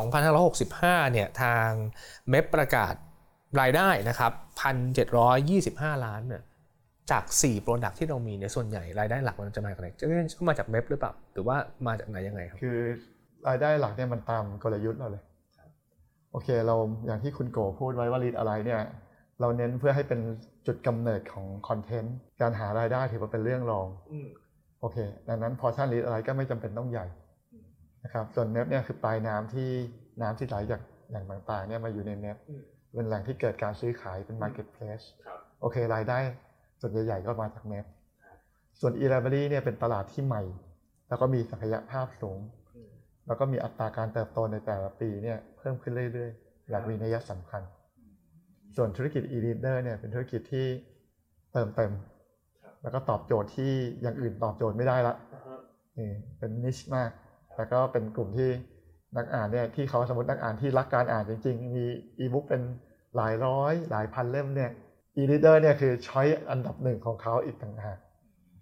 2565เนี่ยทางเมปประกาศรายได้นะครับ 1,725 ล้านเนี่ยจาก4โปรดักต์ที่เรามีเนี่ยส่วนใหญ่รายได้หลักมันจะมาจากไหนจะมาจากเมปหรือเปล่าหรือว่ามาจากไหนยังไงครับคือรายได้หลักเนี่ยมันตามกลยุทธ์เราเลยโอเคเราอย่างที่คุณโกพูดไว้ว่าลีดอะไรเนี่ยเราเน้นเพื่อให้เป็นจุดกำเนิดของคอนเทนต์การหารายได้ถือว่าเป็นเรื่องรองโอเคดังนั้นพอชั่นลีดอะไรก็ไม่จำเป็นต้องใหญ่นะครับส่วนเน็ตเนี่ยคือปลายน้ำที่ไหลจากแหล่งต่างๆเนี่ยมาอยู่ในเน็ตเป็นแหล่งที่เกิดการซื้อขายเป็น Marketplace โอเครายได้ส่วนใหญ่ๆก็มาจากเน็ตส่วน e-library เนี่ยเป็นตลาดที่ใหม่แล้วก็มีศักยภาพสูงแล้วก็มีอัตราการเติบโตในแต่ละปีเนี่ยเพิ่มขึ้นเรื่อยๆอย่างมีนัยสำคัญส่วนธุรกิจ e-reader เนี่ยเป็นธุรกิจที่เติมเต็มแล้วก็ตอบโจทย์ที่อย่างอื่นตอบโจทย์ไม่ได้ละนี่เป็นนิชมากแล้วก็เป็นกลุ่มที่นักอ่านเนี่ยที่เขาสมมตินักอ่านที่รักการอ่านจริงๆมี e-book เป็นหลายร้อยหลายพันเล่มเนี่ย e-reader เนี่ยคือช้อยอันดับ1ของเขาอีกต่างหาก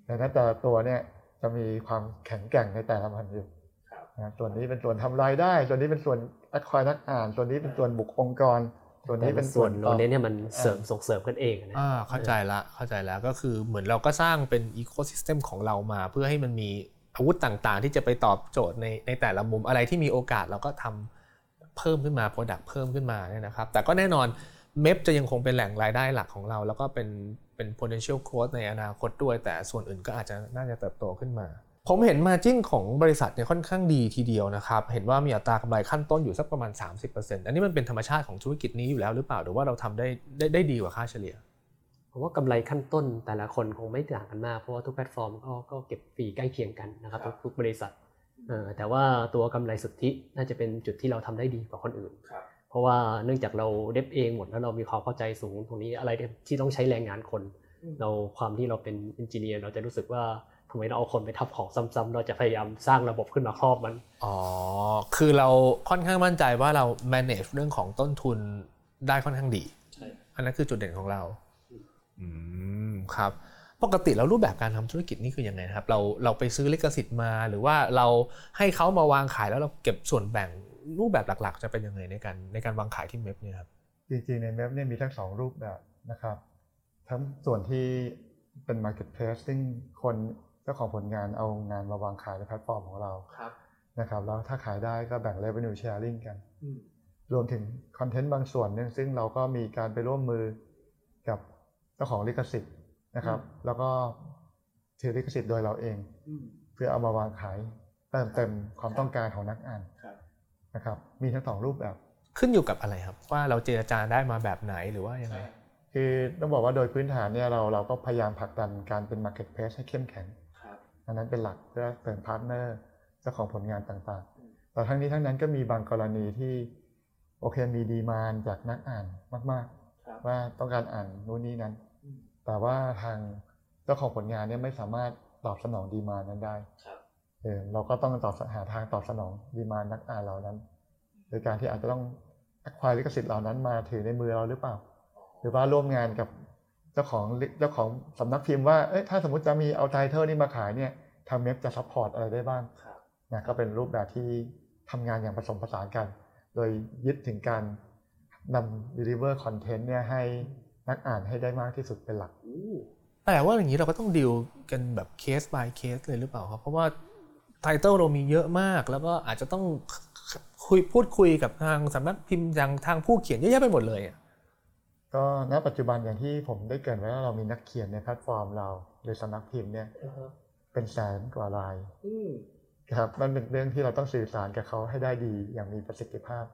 แต่แต่ละตัวเนี่ยจะมีความแข็งแกร่งในแต่ละมันอยู่นะส่วนนี้เป็นส่วนทำรายได้ส่วนนี้เป็นส่วนacquire นักอ่านส่วนนี้เป็นส่วนบุคองค์กรส่วนนี้เป็นส่วนเราเน้นเนี่ยมันส่งเสริมกันเองนะเข้าใจละก็คือเหมือนเราก็สร้างเป็นอีโคซิสเต็มของเรามาเพื่อให้มันมีอาวุธต่างๆที่จะไปตอบโจทย์ในแต่ละมุมอะไรที่มีโอกาสเราก็ทำเพิ่มขึ้นมา product เพิ่มขึ้นมาเนี่ยนะครับแต่ก็แน่นอนเมพจะยังคงเป็นแหล่งรายได้หลักของเราแล้วก็เป็น potential growth ในอนาคตด้วยแต่ส่วนอื่นก็อาจจะน่าจะเติบโตขึ้นมาผมเห็น margin ของบริษัทเนี่ยค่อนข้างดีทีเดียวนะครับเห็นว่ามีอัตรากำไรขั้นต้นอยู่สักประมาณ 30% อันนี้มันเป็นธรรมชาติของธุรกิจนี้อยู่แล้วหรือเปล่าหรือว่าเราทำได้ดีกว่าค่าเฉลี่ยผมว่ากำไรขั้นต้นแต่ละคนคงไม่ต่างกันมากเพราะว่าทุกแพลตฟอร์มก็เก็บฟรีใกล้เคียงกันนะครับทุกบริษัทแต่ว่าตัวกำไรสุทธิน่าจะเป็นจุดที่เราทำได้ดีกว่าคนอื่นเพราะว่าเนื่องจากเราเดฟเองหมดแล้วเรามีความเข้าใจสูงตรงนี้อะไรที่ต้องใช้แรงงานคนเราความที่เราเป็นเอนจิเนียร์เราจะรู้สึกว่าทำไมเราเอาคนไปทับของซ้ำๆเราจะพยายามสร้างระบบขึ้นมาครอบมันคือเราค่อนข้างมั่นใจว่าเรา manage เรื่องของต้นทุนได้ค่อนข้างดีอันนั้นคือจุดเด่นของเราครับปกติแล้วรูปแบบการทำธุรกิจนี่คือยังไงครับเราไปซื้อลิขสิทธิ์มาหรือว่าเราให้เขามาวางขายแล้วเราเก็บส่วนแบ่งรูปแบบหลักๆจะเป็นยังไงในการวางขายที่เมพเนี่ยครับจริงๆในเมพเนี่ยมีทั้ง2รูปแบบนะครับทั้งส่วนที่เป็น marketplace ซึ่งคนเจ้าของผลงานเอางานมาวางขายในแพลตฟอร์มของเรานะครับแล้วถ้าขายได้ก็แบ่ง revenue sharing กันรวมถึงคอนเทนต์บางส่วนนึงซึ่งเราก็มีการไปร่วมมือกับเจ้าของลิขสิทธิ์นะครับแล้วก็ถือลิขสิทธิ์โดยเราเองเพื่อเอามาวางขายเติมความต้องการของนักอ่านนะครับมีทั้ง2รูปแบบขึ้นอยู่กับอะไรครับว่าเราเจรจาได้มาแบบไหนหรือว่ายังไงคือต้องบอกว่าโดยพื้นฐานเนี่ยเราก็พยายามผลักดันการเป็น marketplace ให้เข้มแข็งอันนั้นเป็นหลักเพื่อเป็นพาร์ทเนอร์เจ้าของผลงานต่างๆแต่ทั้งนี้ทั้งนั้นก็มีบางกรณีที่โอเคมีดีมานด์จากนักอ่านมากๆว่าต้องการอ่านนู่นนี่นั้นแต่ว่าทางเจ้าของผลงานเนี่ยไม่สามารถตอบสนองดีมานด์นั้นได้เราก็ต้องหาทางตอบสนองดีมานด์นักอ่านเหล่านั้นโดยการที่อาจจะต้องacquireลิขสิทธิ์เหล่านั้นมาถือในมือเราหรือเปล่าหรือว่าร่วมงานกับเจ้าของสำนักพิมพ์ว่าถ้าสมมุติจะมีเอาไทเทลนี้มาขายเนี่ยทางเมพจะซัพพอร์ตอะไรได้บ้างนะก็เป็นรูปแบบที่ทำงานอย่างผสมผสานกันโดยยึดถึงการนำ deliver content เนี่ยให้นักอ่านให้ได้มากที่สุดเป็นหลักแต่ว่าอย่างนี้เราก็ต้องดีลกันแบบเคส by เคสเลยหรือเปล่าครับเพราะว่าไทเทลเรามีเยอะมากแล้วก็อาจจะต้องพูดคุยกับทางสำนักพิมพ์อย่างทางผู้เขียนเยอะแยะไปหมดเลยก็ณปัจจุบันอย่างที่ผมได้เกริ่นไว้ว่าเรามีนักเขียนในแพลตฟอร์มเราหรือสำนักพิมพ์เนี่ยเป็นแสนกว่ารายครับมันเป็นเรื่องที่เราต้องสื่อสารกับเขาให้ได้ดีอย่างมีประสิทธิภาพ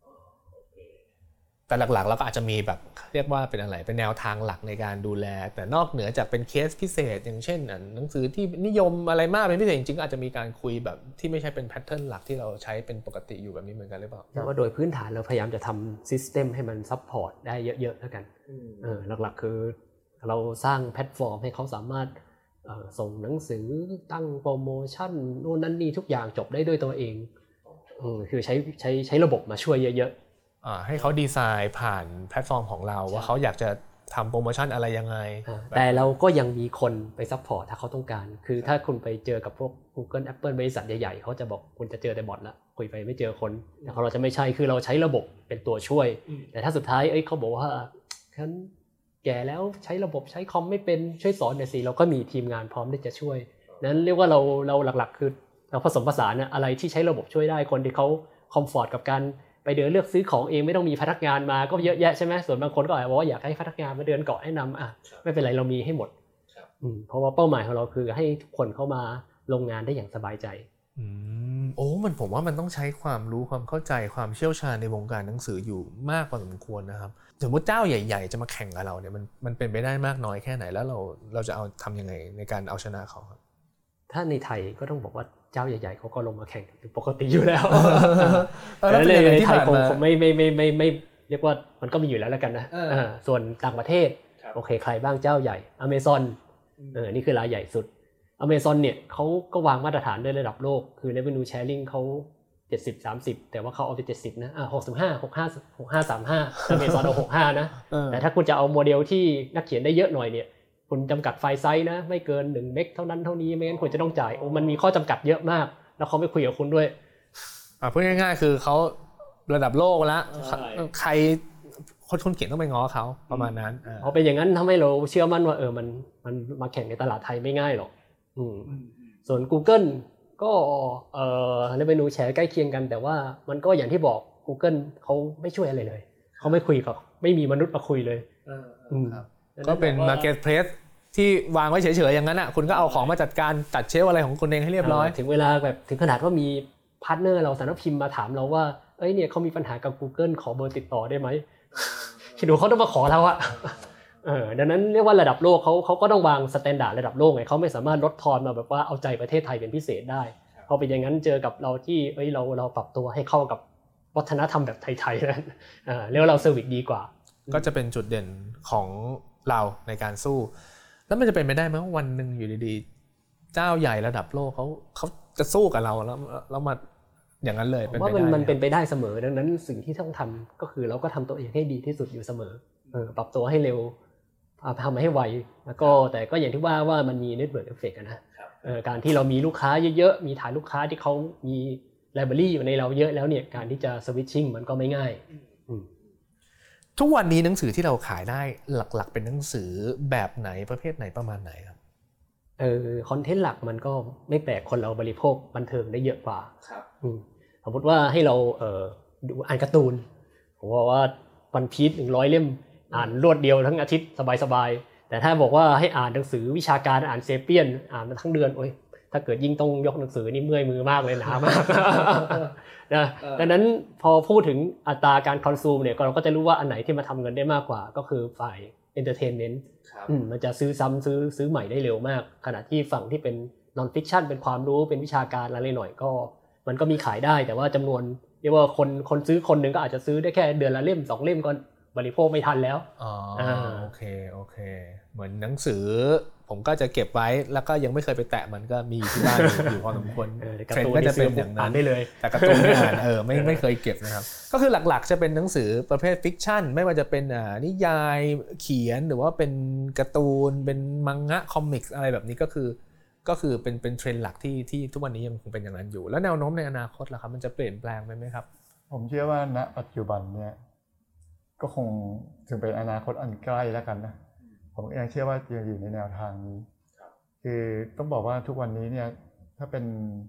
แต่หลักๆเราก็อาจจะมีแบบเรียกว่าเป็นอะไรเป็นแนวทางหลักในการดูแลแต่นอกเหนือจากเป็นเคสพิเศษอย่างเช่นหนังสือที่นิยมอะไรมากเป็นพิเศษจริงๆก็อาจจะมีการคุยแบบที่ไม่ใช่เป็นแพทเทิร์นหลักที่เราใช้เป็นปกติอยู่แบบนี้เหมือนกันหรือเปล่าแต่ว่าโดยพื้นฐานเราพยายามจะทำซิสเต็มให้มันซัพพอร์ตได้เยอะๆแล้วกันหลักๆคือเราสร้างแพลตฟอร์มให้เขาสามารถส่งหนังสือตั้งโปรโมชั่นนู่นนั่นนี่ทุกอย่างจบได้ด้วยตัวเองคือใช้ระบบมาช่วยเยอะให้เขาดีไซน์ผ่านแพลตฟอร์มของเราว่าเขาอยากจะทำโปรโมชั่นอะไรยังไงแต่เราก็ยังมีคนไปซัพพอร์ตถ้าเขาต้องการคือถ้าคุณไปเจอกับพวก Google Apple บริษัทใหญ่ๆเขาจะบอกคุณจะเจอแต่บอทละคุยไปไม่เจอคนแต่ของเราจะไม่ใช่คือเราใช้ระบบเป็นตัวช่วยแต่ถ้าสุดท้ายเขาบอกว่าฉันแก่แล้วใช้ระบบใช้คอมไม่เป็นช่วยสอนหน่อยสิเราก็มีทีมงานพร้อมที่จะช่วยนั้นเรียกว่าเราหลักๆคือเราผสมผสานอะไรที่ใช้ระบบช่วยได้คนที่เขาคอมฟอร์ตกับการไปเดินเลือกซื้อของเองไม่ต้องมีพนักงานมาก็เยอะแยะใช่ไหมส่วนบางคนก็อาจจะบอกว่าอยากให้พนักงานมาเดินเกาะให้นำไม่เป็นไรเรามีให้หมดเพราะว่าเป้าหมายของเราคือให้ทุกคนเข้ามาลงงานได้อย่างสบายใจผมว่ามันต้องใช้ความรู้ความเข้าใจความเชี่ยวชาญในวงการหนังสืออยู่มากพอสมควรนะครับสมมติเจ้าใหญ่ๆจะมาแข่งกับเราเนี่ยมันเป็นไปได้มากน้อยแค่ไหนแล้วเราจะเอาทำยังไงในการเอาชนะเขาครับถ้าในไทยก็ต้องบอกว่าเจ้าใหญ่ๆเขาก็ลงมาแข่งเป็นปกติอยู่แล้วแต่ในไทยคงไม่เรียกว่ามันก็มีอยู่แล้วกันนะส่วนต่างประเทศโอเคใครบ้างเจ้าใหญ่ Amazon นี่คือรายใหญ่สุด Amazon เนี่ยเขาก็วางมาตรฐานด้วยระดับโลกคือ revenue sharing เขา70-30แต่ว่าเขาเอาไป70นะ65 35 Amazon เอา65นะแต่ถ้าคุณจะเอาโมเดลที่นักเขียนได้เยอะหน่อยเนี่ยคุณจำกัดไฟล์ไซส์นะไม่เกิน1เมกเท่านั้นเท่านี้ไม่งั้นคุณจะต้องจ่ายมันมีข้อจำกัดเยอะมากแล้วเขาไม่คุยกับคุณด้วยพูดง่ายๆคือเขาระดับโลกแล้วใครคนเขียนต้องไปง้อเขาประมาณนั้นพอเป็นอย่างนั้นทำให้เราเชื่อมั่นว่ามันมาแข่งในตลาดไทยไม่ง่ายหรอกส่วน Google ก็revenue share ใกล้เคียงกันแต่ว่ามันก็อย่างที่บอก Google เขาไม่ช่วยอะไรเลยเขาไม่คุยกับไม่มีมนุษย์มาคุยเลยก็เป็น marketplace ที่วางไว้เฉยๆอย่างนั้นอ่ะคุณก็เอาของมาจัดการตัดเชลฟ์อะไรของคุณเองให้เรียบร้อยถึงเวลาแบบถึงขนาดว่ามีพาร์ทเนอร์เราสำนักพิมพ์มาถามเราว่าเนี่ยเขามีปัญหากับ Google ขอเบอร์ติดต่อได้ไหมคิดดูเขาต้องมาขอเราอะดังนั้นเรียกว่าระดับโลกเขาก็ต้องวางสแตนดาร์ดระดับโลกไงเขาไม่สามารถลดทอนมาแบบว่าเอาใจประเทศไทยเป็นพิเศษได้พอเป็นอย่างนั้นเจอกับเราที่เราปรับตัวให้เข้ากับวัฒนธรรมแบบไทยๆนั้นเรียกว่าเราเซอร์วิสดีกว่าก็จะเป็นจุดเด่นของเราในการสู้แล้วมันจะเป็นไปได้ไหมว่าวันนึงอยู่ดีๆเจ้าใหญ่ระดับโลกเขาจะสู้กับเราแล้วมาอย่างนั้นเลยเป็นไปได้ว่ามันเป็นไปได้เสมอดังนั้นสิ่งที่ต้องทำก็คือเราก็ทำตัวเองให้ดีที่สุดอยู่เสมอปรับตัวให้เร็วทำให้ไวแล้วก็แต่ก็อย่างที่ว่ามันมีเน็ตเวิร์คเอฟเฟกต์นะการที่เรามีลูกค้าเยอะๆมีฐานลูกค้าที่เขามีไลบรารีอยู่ในเราเยอะแล้วเนี่ยการที่จะสวิตชิ่งมันก็ไม่ง่ายทุกวันนี้หนังสือที่เราขายได้หลักๆเป็นหนังสือแบบไหนประเภทไหนประมาณไหนครับคอนเทนต์หลักมันก็ไม่แปลกคนเราบริโภคบันเทิงได้เยอะกว่าสมมติว่าให้เราดูอ่านการ์ตูนผมว่าวันพีซ100 เล่มอ่านรวดเดียวทั้งอาทิตย์สบายๆแต่ถ้าบอกว่าให้อ่านหนังสือวิชาการอ่านเซเปียนอ่านมาทั้งเดือนโอ้ยถ้าเกิดยิ่งต้องยกหนังสือนี่เมื่อยมือมากเลยหนามากนะดังนั้นพอพูดถึงอัตราการคอนซูมเนี่ยเราก็จะรู้ว่าอันไหนที่มาทำเงินได้มากกว่าก็คือฝ่ายเอนเตอร์เทนเมนต์มันจะซื้อซ้ำซื้อใหม่ได้เร็วมากขณะที่ฝั่งที่เป็นนอนฟิกชันเป็นความรู้เป็นวิชาการอะไรหน่อยก็มันก็มีขายได้แต่ว่าจำนวนเรียกว่าคนซื้อคนหนึ่งก็อาจจะซื้อได้แค่เดือนละเล่ม2เล่มก็บริโภคไม่ทันแล้วโอเคเหมือนหนังสือผมก็จะเก็บไว้แล้วก็ยังไม่เคยไปแตะมันก็มีที่บ้านอยู่พอสมควรเทรนด์ก็จะเป็นอย่างนั้นได้เลยแต่การ์ตูนไม่อ่านไม่เคยเก็บนะครับก็คือหลักๆจะเป็นหนังสือประเภทฟิกชันไม่ว่าจะเป็นนิยายเขียนหรือว่าเป็นการ์ตูนเป็นมังงะคอมิกส์อะไรแบบนี้ก็คือเป็นเทรนด์หลักที่ทุกวันนี้ยังคงเป็นอย่างนั้นอยู่แล้วแนวโน้มในอนาคตล่ะครับมันจะเปลี่ยนแปลงไหมครับผมเชื่อว่าณปัจจุบันเนี่ยก็คงถึงเป็นอนาคตอันใกล้แล้วกันนะผมยังเชื่อว่ายังอยู่ในแนวทางนี้คือต้องบอกว่าทุกวันนี้เนี่ยถ้าเป็น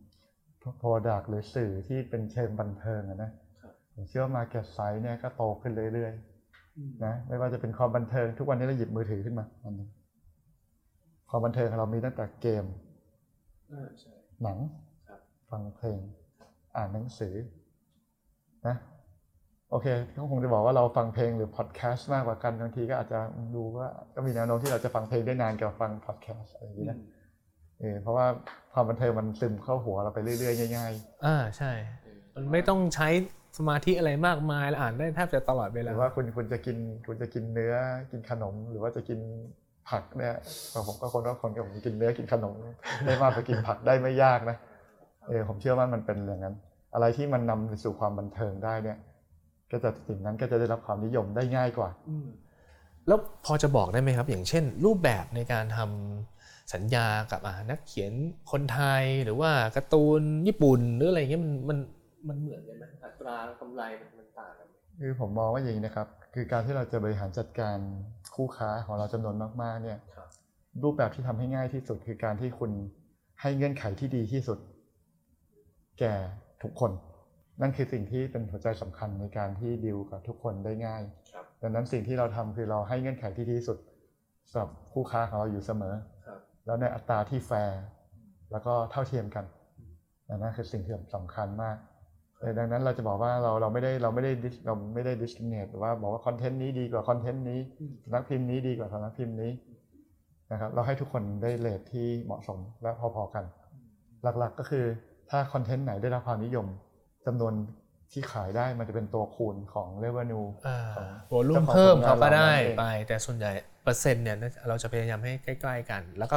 product หรือสื่อที่เป็นเชิงบันเทิงนะผมเชื่อว่า market size เนี่ยก็โตขึ้นเรื่อยๆนะไม่ว่าจะเป็นความบันเทิงทุกวันนี้เราหยิบมือถือขึ้นมาอันนี้ความบันเทิงของเรามีตั้งแต่เกมหนังฟังเพลงอ่านหนังสือนะโอเคก็คงจะบอกว่าเราฟังเพลงหรือพอดแคสต์มากกว่ากันบางทีก็อาจจะดูว่าก็มีแนวโน้มที่เราจะฟังเพลงได้นานกว่าฟังพอดแคสต์อะไรอย่างนี้นะเพราะว่าความบันเทิงมันซึมเข้าหัวเราไปเรื่อยๆง่ายๆใช่มันไม่ต้องใช้สมาธิอะไรมากมายอ่านได้แทบจะตลอดเวลาหรือว่าคุณจะกินเนื้อกินขนมหรือว่าจะกินผักเนี่ยผมก็คนกับผมกินเนื้อกินขนมได้มากกว่ากินผักได้ไม่ยากนะผมเชื่อว่ามันเป็นอย่างนั้นอะไรที่มันนำไปสู่ความบันเทิงได้เนี่ยก็จะสิ่งนั้นก็จะได้รับความนิยมได้ง่ายกว่าแล้วพอจะบอกได้ไหมครับอย่างเช่นรูปแบบในการทำสัญญากับนักเขียนคนไทยหรือว่าการ์ตูนญี่ปุ่นหรืออะไรเงี้ยมันเหมือนกันไหมอัตรากำไรมันต่างกันคือผมมองว่าอย่างนี้นะครับคือการที่เราจะบริหารจัดการคู่ค้าของเราจำนวนมากๆเนี่ยรูปแบบที่ทำให้ง่ายที่สุดคือการที่คุณให้เงื่อนไขที่ดีที่สุดแก่ทุกคนนั่นคือสิ่งที่เป็นหัวใจสำคัญในการที่ดีลกับทุกคนได้ง่ายดังนั้นสิ่งที่เราทำคือเราให้เงื่อนไขที่ดีที่สุดสำหรับคู่ค้าของเราอยู่เสมอแล้วในอัตราที่แฟร์แล้วก็เท่าเทียมกันนั่นคือสิ่งที่สำคัญมากดังนั้นเราจะบอกว่าเราไม่ได้discriminate หรือว่าบอกว่าคอนเทนต์นี้ดีกว่าคอนเทนต์นี้สำนักพิมพ์นี้ดีกว่าสำนักพิมพ์นี้นะครับเราให้ทุกคนได้เรทที่เหมาะสมและพอๆกันหลักๆก็คือถ้าคอนเทนต์ไหนได้รับความนิยมจำนวนที่ขายได้มันจะเป็นตัวคูณของ revenue โวลุ่มเพิ่มเขาก็ได้ไปแต่ส่วนใหญ่เปอร์เซ็นต์เนี่ยเราจะพยายามให้ใกล้ๆกันแล้วก็คือ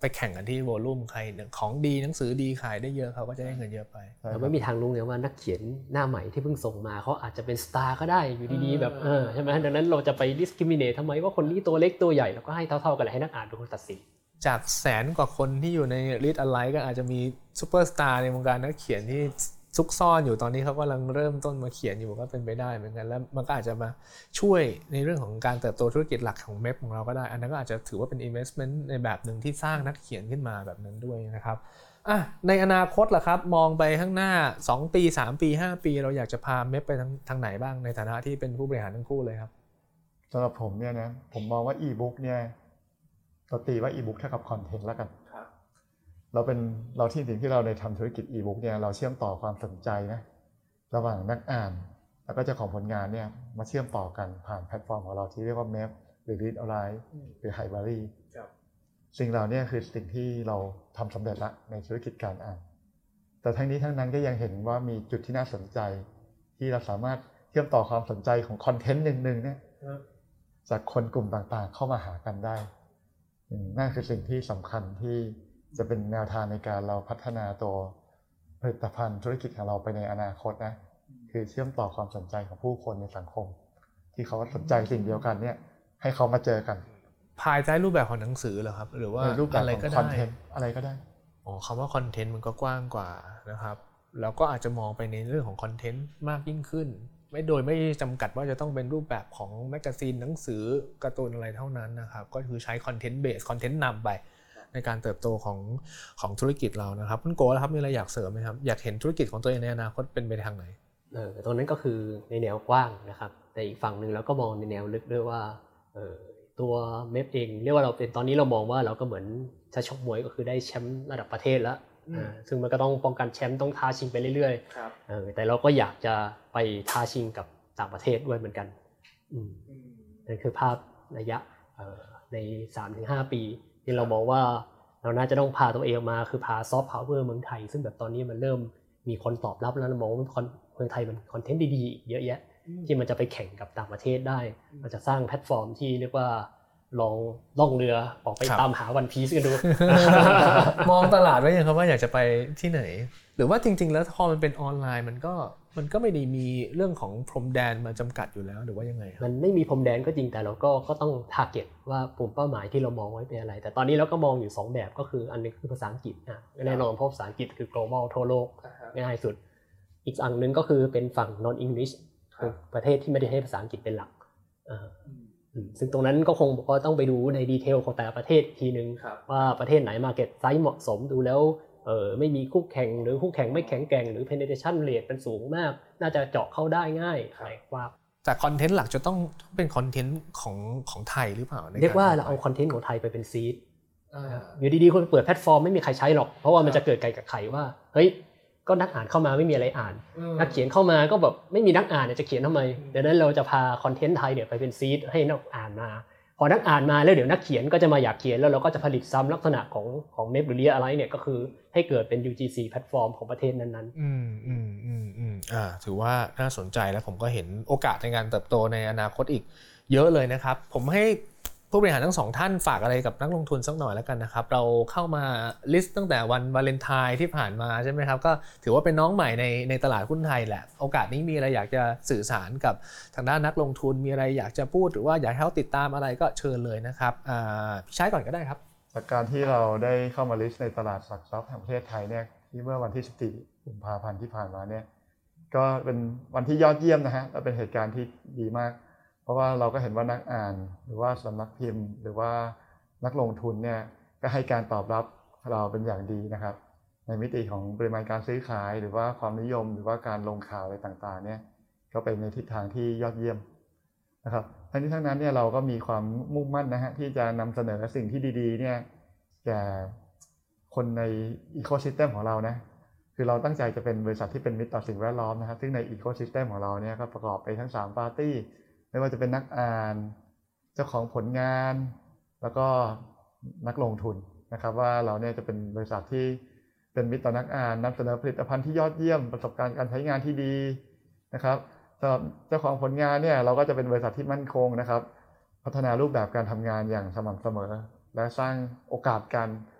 ไปแข่งกันที่โวลุ่มใครของดีหนังสือดีขายได้เยอะเขาก็จะได้เงินเยอะไปเราไม่มีทางรู้ไงว่านักเขียนหน้าใหม่ที่เพิ่งส่งมาเขาอาจจะเป็นสตาร์ก็ได้อยู่ดีๆแบบใช่ไหมดังนั้นเราจะไป discriminate ทำไมว่าคนนี้ตัวเล็กตัวใหญ่เราก็ให้เท่าๆกันเลยให้นักอ่านเป็นคนตัดสินจากแสนกว่าคนที่อยู่ใน Read Alike ก็อาจจะมีซูเปอร์สตาร์ในวงการนักเขียนที่ซุกซ่อนอยู่ตอนนี้เขากำลังเริ่มต้นมาเขียนอยู่ก็เป็นไปได้เหมือนกันแล้วมันก็อาจจะมาช่วยในเรื่องของการเติบโตธุรกิจหลักของเมพของเราก็ได้อันนั้นก็อาจจะถือว่าเป็น investment ในแบบหนึ่งที่สร้างนักเขียนขึ้นมาแบบนั้นด้วยนะครับในอนาคตล่ะครับมองไปข้างหน้า2ปี3ปี5ปีเราอยากจะพาเมพไปทางไหนบ้างในฐานะที่เป็นผู้บริหารทั้งคู่เลยครับสำหรับผมเนี่ยนะผมมองว่าอีบุ๊กเนี่ยเราตีว่าอีบุ๊กเท่ากับคอนเทนต์แล้วกันเราที่สิ่งที่เราในทำธุรกิจอีบุ๊กเนี่ยเราเชื่อมต่อความสนใจนะระหว่างนักอ่านแล้วก็เจ้าของผลงานเนี่ยมาเชื่อมต่อกันผ่านแพลตฟอร์มของเราที่เรียกว่าเมพหรือ Read Alike หรือ Highbury สิ่งเหล่านี้คือสิ่งที่เราทำสำเร็จละในธุรกิจการอ่านแต่ทั้งนี้ทั้งนั้นก็ยังเห็นว่ามีจุดที่น่าสนใจที่เราสามารถเชื่อมต่อความสนใจของคอนเทนต์หนึ่งๆเนี่ยจากคนกลุ่มต่างๆเข้ามาหากันได้นั่นคือสิ่งที่สำคัญที่จะเป็นแนวทางในการเราพัฒนาตัวผลิตภัณฑ์ธุรกิจของเราไปในอนาคตนะคือเชื่อมต่อความสนใจของผู้คนในสังคมที่เขาสนใจสิ่งเดียวกันเนี่ยให้เขามาเจอกันภายใต้รูปแบบของหนังสือเหรอครับหรือว่ารูปแบบของคอนเทนต์อะไรก็ได้คำว่าคอนเทนต์มันก็กว้างกว่านะครับแล้วก็อาจจะมองไปในเรื่องของคอนเทนต์มากยิ่งขึ้นไม่จำกัดว่าจะต้องเป็นรูปแบบของแมกกาซีนหนังสือการ์ตูนอะไรเท่านั้นนะครับก็คือใช้คอนเทนต์เบสคอนเทนต์นำไปในการเติบโตของธุรกิจเรานะครับคุณโก้ครับมีอะไรอยากเสริมไหมครับอยากเห็นธุรกิจของตัวเองในอนาคตเป็นไปทางไหนตรงนั้นก็คือในแนวกว้างนะครับแต่อีกฝั่งนึงเราก็มองในแนวลึกด้วยว่าตัวเมฟเองเรียกว่าเราเป็นตอนนี้เรามองว่าเราก็เหมือนถ้าชกมวยก็คือได้แชมป์ระดับประเทศแล้วซึ่งมันก็ต้องป้องกันแชมป์ต้องท้าชิงไปเรื่อยๆแต่เราก็อยากจะไปท้าชิงกับต่างประเทศด้วยเหมือนกันนั่นคือภาพระยะใน 3-5 ปีที่เรามองว่าเราน่าจะต้องพาตัวเองมาคือพาซอฟต์พาวเวอร์เมืองไทยซึ่งแบบตอนนี้มันเริ่มมีคนตอบรับแล้วเรามองว่าเมืองไทยมันคอนเทนต์ดีๆเยอะแยะที่มันจะไปแข่งกับต่างประเทศได้เราจะสร้างแพลตฟอร์มที่เรียกว่าลองล่องเรือออกไปตามหาวันพีซกันดูมองตลาดไว้ยังครับว่าอยากจะไปที่ไหนหรือว่าจริงๆแล้วพอมันเป็นออนไลน์มันก็ไม่ได้มีเรื่องของพรมแดนมาจำกัดอยู่แล้วหรือว่ายังไงมันไม่มีพรมแดนก็จริงแต่เราก็ต้องทาร์เก็ตว่ากลุ่มเป้าหมายที่เรามองไว้เป็นอะไรแต่ตอนนี้เราก็มองอยู่2แบบก็คืออันนึงคือภาษาอังกฤษแน่นอนเพราะภาษาอังกฤษคือ global ทั่วโลกง่ายสุดอีกอันนึงก็คือเป็นฝั่ง non English ประเทศที่ไม่ได้ใช้ภาษาอังกฤษเป็นหลักซึ่งตรงนั้นก็คงต้องไปดูในดีเทลของแต่ละประเทศทีนึงว่าประเทศไหน market size เหมาะสมดูแล้วไม่มีคู่แข่งหรือคู่แข่งไม่แข็งแกร่งหรือ penetration rate เป็นสูงมากน่าจะเจาะเข้าได้ง่ายว่าแต่คอนเทนต์หลักจะต้องเป็นคอนเทนต์ของไทยหรือเปล่าเรียกว่าเราเอาคอนเทนต์ของไทยไปเป็นซีดอยู่ดีๆคนเปิดแพลตฟอร์มไม่มีใครใช้หรอกเพราะว่ามันจะเกิดไก่กับไข่ว่าเฮ้ยก็นักอ่านเข้ามาไม่มีอะไรอ่านนักเขียนเข้ามาก็แบบไม่มีนักอ่านจะเขียนทำไมดังนั้นเราจะพาคอนเทนต์ไทยเนี่ยไปเป็นซีดให้นักอ่านมาพอนักอ่านมาแล้วเดี๋ยวนักเขียนก็จะมาอยากเขียนแล้วเราก็จะผลิตซ้ำลักษณะของเมฟหรือเรียอะไรเนี่ยก็คือให้เกิดเป็น UGC แพลตฟอร์มของประเทศนั้นๆถือว่าน่าสนใจและผมก็เห็นโอกาสในการเติบโตในอนาคตอีกเยอะเลยนะครับผมให้ผู้บริหารทั้ง2ท่านฝากอะไรกับนักลงทุนสักหน่อยแล้วกันนะครับเราเข้ามาลิสต์ตั้งแต่วันวาเลนไทน์ที่ผ่านมาใช่ไหมครับก็ถือว่าเป็นน้องใหม่ในตลาดหุ้นไทยแหละโอกาสนี้มีอะไรอยากจะสื่อสารกับทางด้านนักลงทุนมีอะไรอยากจะพูดหรือว่าอยากให้เขาติดตามอะไรก็เชิญเลยนะครับพี่ชายก่อนก็ได้ครับจากการที่เราได้เข้ามาลิสต์ในตลาดหลักทรัพย์แห่งประเทศไทยเนี่ยที่เมื่อวันที่14 กุมภาพันธ์ที่ผ่านมาเนี่ยก็เป็นวันที่ยอดเยี่ยมนะฮะและเป็นเหตุการณ์ที่ดีมากเพราะว่าเราก็เห็นว่านักอ่านหรือว่าสำนักพิมพ์หรือว่านักลงทุนเนี่ยก็ให้การตอบรับเราเป็นอย่างดีนะครับในมิติของปริมาณการซื้อขายหรือว่าความนิยมหรือว่าการลงข่าวอะไรต่างๆเนี่ยก็เป็นในทิศทางที่ยอดเยี่ยมนะครับทั้งนี้ทั้งนั้นเนี่ยเราก็มีความมุ่งมั่นนะฮะที่จะนำเสนอสิ่งที่ดีๆเนี่ยแก่คนในอีโคซิสเต็มของเรานะคือเราตั้งใจจะเป็นบริษัทที่เป็นมิตรต่อสิ่งแวดล้อมนะครับซึ่งในอีโคซิสเต็มของเราเนี่ยก็ประกอบไปทั้ง3ปาร์ตี้ไม่ว่าจะเป็นนักอ่านเจ้าของผลงานแล้วก็นักลงทุนนะครับว่าเราเนี่ยจะเป็นบริษัทที่เป็นมิตรต่อนักอ่านนำเสนอผลิตภัณฑ์ที่ยอดเยี่ยมประสบการณ์การใช้งานที่ดีนะครับสำหรับเจ้าของผลงานเนี่ยเราก็จะเป็นบริษัทที่มั่นคงนะครับพัฒนารูปแบบการทำงานอย่างสม่ำเสมอและสร้างโอกาสการ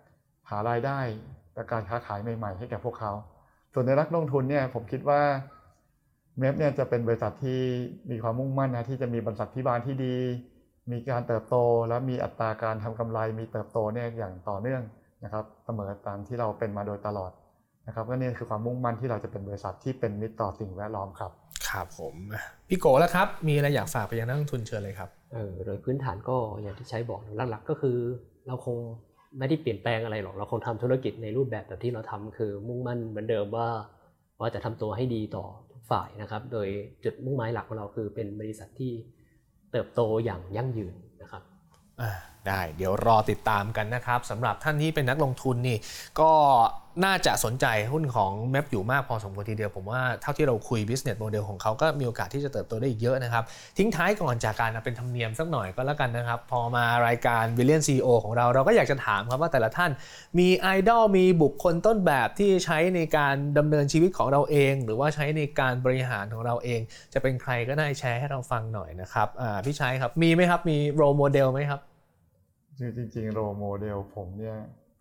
หารายได้จากการค้าขายใหม่ๆให้แก่พวกเขาส่วนในนักลงทุนเนี่ยผมคิดว่าเมฟเนี่ยจะเป็นบริษัทที่มีความมุ่งมั่นนะที่จะมีบริษัทพิบาลที่ดีมีการเติบโตและมีอัตราการทำกำไรมีเติบโตเนี่ยอย่างต่อเนื่องนะครับเสมอตามที่เราเป็นมาโดยตลอดนะครับก็นี่คือความมุ่งมั่นที่เราจะเป็นบริษัทที่เป็นมิตรต่อสิ่งแวดล้อมครับครับผมพี่โกแล้วครับมีอะไรอยากฝากไปยังนักลงทุนเชิญเลยครับโดยพื้นฐานก็อย่างที่ใช้บอกหลักๆก็คือเราคงไม่ได้เปลี่ยนแปลงอะไรหรอกเราคงทำธุรกิจในรูปแบบที่เราทำคือมุ่งมั่นเหมือนเดิมว่าจะทำตัวให้ดีต่อทุกฝ่ายนะครับโดยจุดมุ่งหมายหลักของเราคือเป็นบริษัทที่เติบโตอย่างยั่งยืนนะครับได้เดี๋ยวรอติดตามกันนะครับสำหรับท่านที่เป็นนักลงทุนนี่ก็น่าจะสนใจหุ้นของแมปอยู่มากพอสมควรทีเดียวผมว่าเท่าที่เราคุย business model ของเขาก็มีโอกาสที่จะเติบโตได้อีกเยอะนะครับทิ้งท้ายก่อนจากการเป็นธรรมเนียมสักหน่อยก็แล้วกันนะครับพอมารายการ Brilliant CEO ของเราก็อยากจะถามครับว่าแต่ละท่านมีไอดอลมีบุคคลต้นแบบที่ใช้ในการดำเนินชีวิตของเราเองหรือว่าใช้ในการบริหารของเราเองจะเป็นใครก็ได้แชร์ให้เราฟังหน่อยนะครับพี่ชัยครับมีไหมครับมี role model ไหมครับจริงๆโรโมเดลผมเนี่ย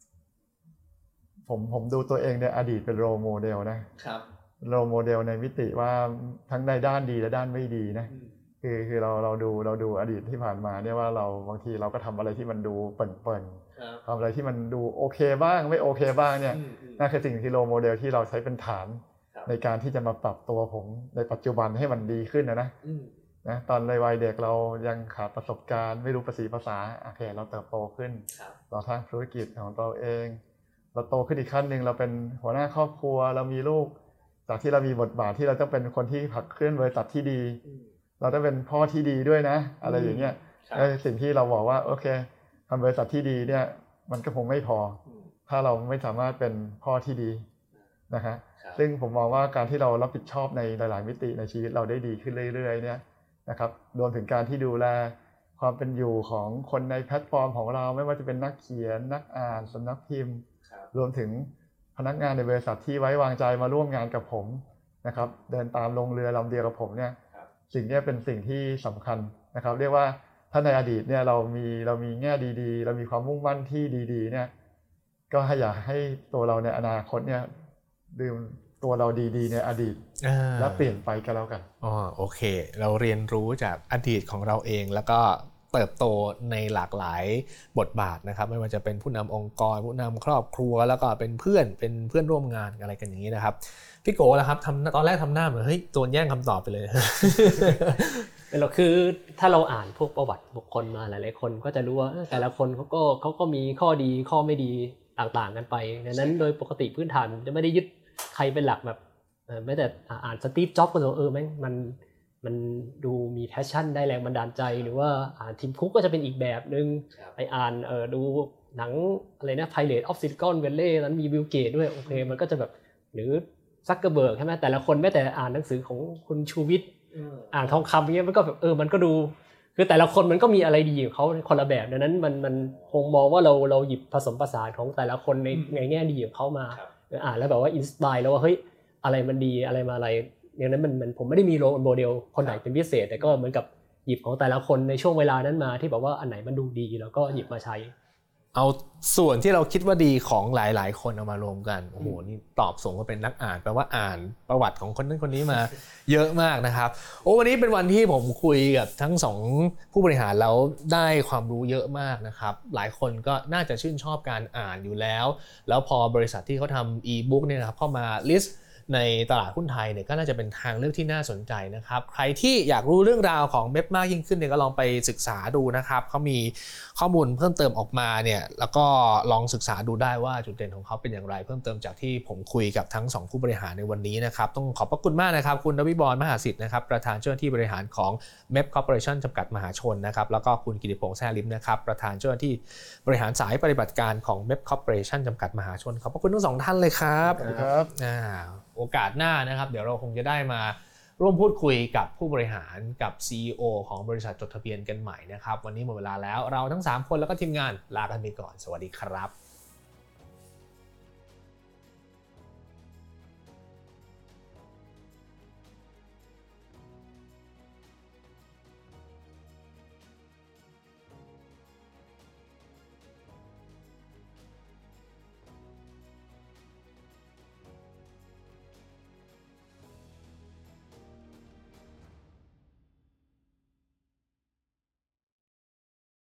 ผมดูตัวเองในอดีตเป็นโรโมเดลนะครับโรโมเดลในมิติว่าทั้งในด้านดีและด้านไม่ดีนะคือเราดูอดีตที่ผ่านมาเนี่ยว่าเราบางทีเราก็ทำอะไรที่มันดูเปิ่นๆทำอะไรที่มันดูโอเคบ้างไม่โอเคบ้างเนี่ยนั่นคือสิ่งที่โรโมเดลที่เราใช้เป็นฐานในการที่จะมาปรับตัวผมในปัจจุบันให้มันดีขึ้นนะตอนในวัยเด็กเรายังขาดประสบการณ์ไม่รู้ภาษาโอเคเราเติบโตขึ้นเราทางธุรกิจของเราเองเราโตขึ้นอีกขั้นหนึ่งเราเป็นหัวหน้าครอบครัวเรามีลูกจากที่เรามีบทบาทที่เราต้องเป็นคนที่ขับเคลื่อนบริษัทที่ดีเราต้องเป็นพ่อที่ดีด้วยนะอะไรอย่างเงี้ยสิ่งที่เราบอกว่าโอเคทำบริษัทที่ดีเนี่ยมันก็คงไม่พอถ้าเราไม่สามารถเป็นพ่อที่ดีนะฮะซึ่งผมมองว่าการที่เรารับผิดชอบในหลายๆมิติในชีวิตเราได้ดีขึ้นเรื่อยๆเนี่ยนะครับรวมถึงการที่ดูแลความเป็นอยู่ของคนในแพลตฟอร์มของเราไม่ว่าจะเป็นนักเขียนนักอ่านสำนักพิมพ์รวมถึงพนักงานในบริษัทที่ไว้วางใจมาร่วมงานกับผมนะครับเดินตามลงเรือลำเดียวกับผมเนี่ยสิ่งนี้เป็นสิ่งที่สำคัญนะครับเรียกว่าถ้าในอดีตเนี่ยเรามีแง่ดีๆเรามีความมุ่งมั่นที่ดีๆเนี่ยก็อยากให้ตัวเราในอนาคตเนี่ยดื่มตัวเราดีๆในอดีตแล้วเปลี่ยนไปกันแล้วกันโอเคเราเรียนรู้จากอดีตของเราเองแล้วก็เติบโตในหลากหลายบทบาทนะครับไม่ว่าจะเป็นผู้นำองค์กรผู้นำครอบครัวแล้วก็เป็นเพื่อนร่วมงานอะไรกันอย่างนี้นะครับพี่โก้ล่ะครับตอนแรกทำหน้าเหมือนเฮ้ยโดนแย่งคำตอบไปเลยเราคือถ้าเราอ่านพวกประวัติบุคคลมาหลายๆคนก็จะรู้ว่าแต่ละคนเขาก็มีข้อดีข้อไม่ดีต่างๆกันไปดังนั้นโดยปกติพื้นฐานจะไม่ได้ยึดใครเป็นหลักแบบไม่แต่อ่านสตีฟจ็อบส์ก็แม่งมันดูมีแพชชั่นได้แรงบันดาลใจหรือว่าอ่านทีมคุกก็จะเป็นอีกแบบนึงไปอ่านดูหนังอะไรนะ Pirates of Silicon Valley นั้นมีบิลเกตด้วยโอเคมันก็จะแบบหรือซักเกอร์เบิร์กใช่ไหมแต่ละคนแม้แต่อ่านหนังสือของคุณชูวิทย์อ่านทองคำอย่างเงี้ยมันก็แบบมันก็ดูคือแต่ละคนมันก็มีอะไรดีของเขาคนละแบบดังนั้นมันคงมองว่าเราหยิบผสมผสานของแต่ละคนในแง่ดีของเขามาอ่านแล้วแบบว่าอินสไปร์แล้วว่าเฮ้ยอะไรมันดีอะไรมาอะไรอย่างนั้นมันผมไม่ได้มีโรลโมเดลคนไหนเป็นพิเศษแต่ก็เหมือนกับหยิบของแต่ละคนในช่วงเวลานั้นมาที่แบบว่าอันไหนมันดูดีแล้วก็หยิบมาใช้เอาส่วนที่เราคิดว่าดีของหลายๆคนเอามารวมกันโอ้โหนี่ตอบส่งว่าเป็นนักอ่านแปลว่าอ่านประวัติของคนนั้นคนนี้มาเยอะมากนะครับวันนี้เป็นวันที่ผมคุยกับทั้ง2ผู้บริหารแล้วได้ความรู้เยอะมากนะครับหลายคนก็น่าจะชื่นชอบการอ่านอยู่แล้วพอบริษัทที่เขาทำอีบุ๊กเนี่ยนะครับเข้ามาลิสต์ในตลาดหุ้นไทยเนี่ยก็น่าจะเป็นทางเลือกที่น่าสนใจนะครับใครที่อยากรู้เรื่องราวของเมปมากยิ่งขึ้นเนี่ยก็ลองไปศึกษาดูนะครับเขามีข้อมูลเพิ่มเติมออกมาเนี่ยแล้วก็ลองศึกษาดูได้ว่าจุดเด่นของเขาเป็นอย่างไรเพิ่มเติมจากที่ผมคุยกับทั้ง2ผู้บริหารในวันนี้นะครับต้องขอบพระคุณมากนะครับคุณนวิบลมหาสิทธิ์นะครับประธานเจ้าหน้าที่บริหารของ MEP Corporation จำกัดมหาชนนะครับแล้วก็คุณกิติพงษ์แซ่ลิ้มนะครับประธานเจ้าหน้าที่บริหารสายปฏิบัติการของ MEP Corporation จำกัดมหาชนขอบพระคุณทั้ง2ท่านเลยครับครับโอกาสหน้านะครับเดี๋ยวเราคงจะได้มาร่วมพูดคุยกับผู้บริหารกับ CEO ของบริษัทจดทะเบียนกันใหม่นะครับวันนี้หมดเวลาแล้วเราทั้ง3คนแล้วก็ทีมงานลากันไปก่อนสวัสดีครับ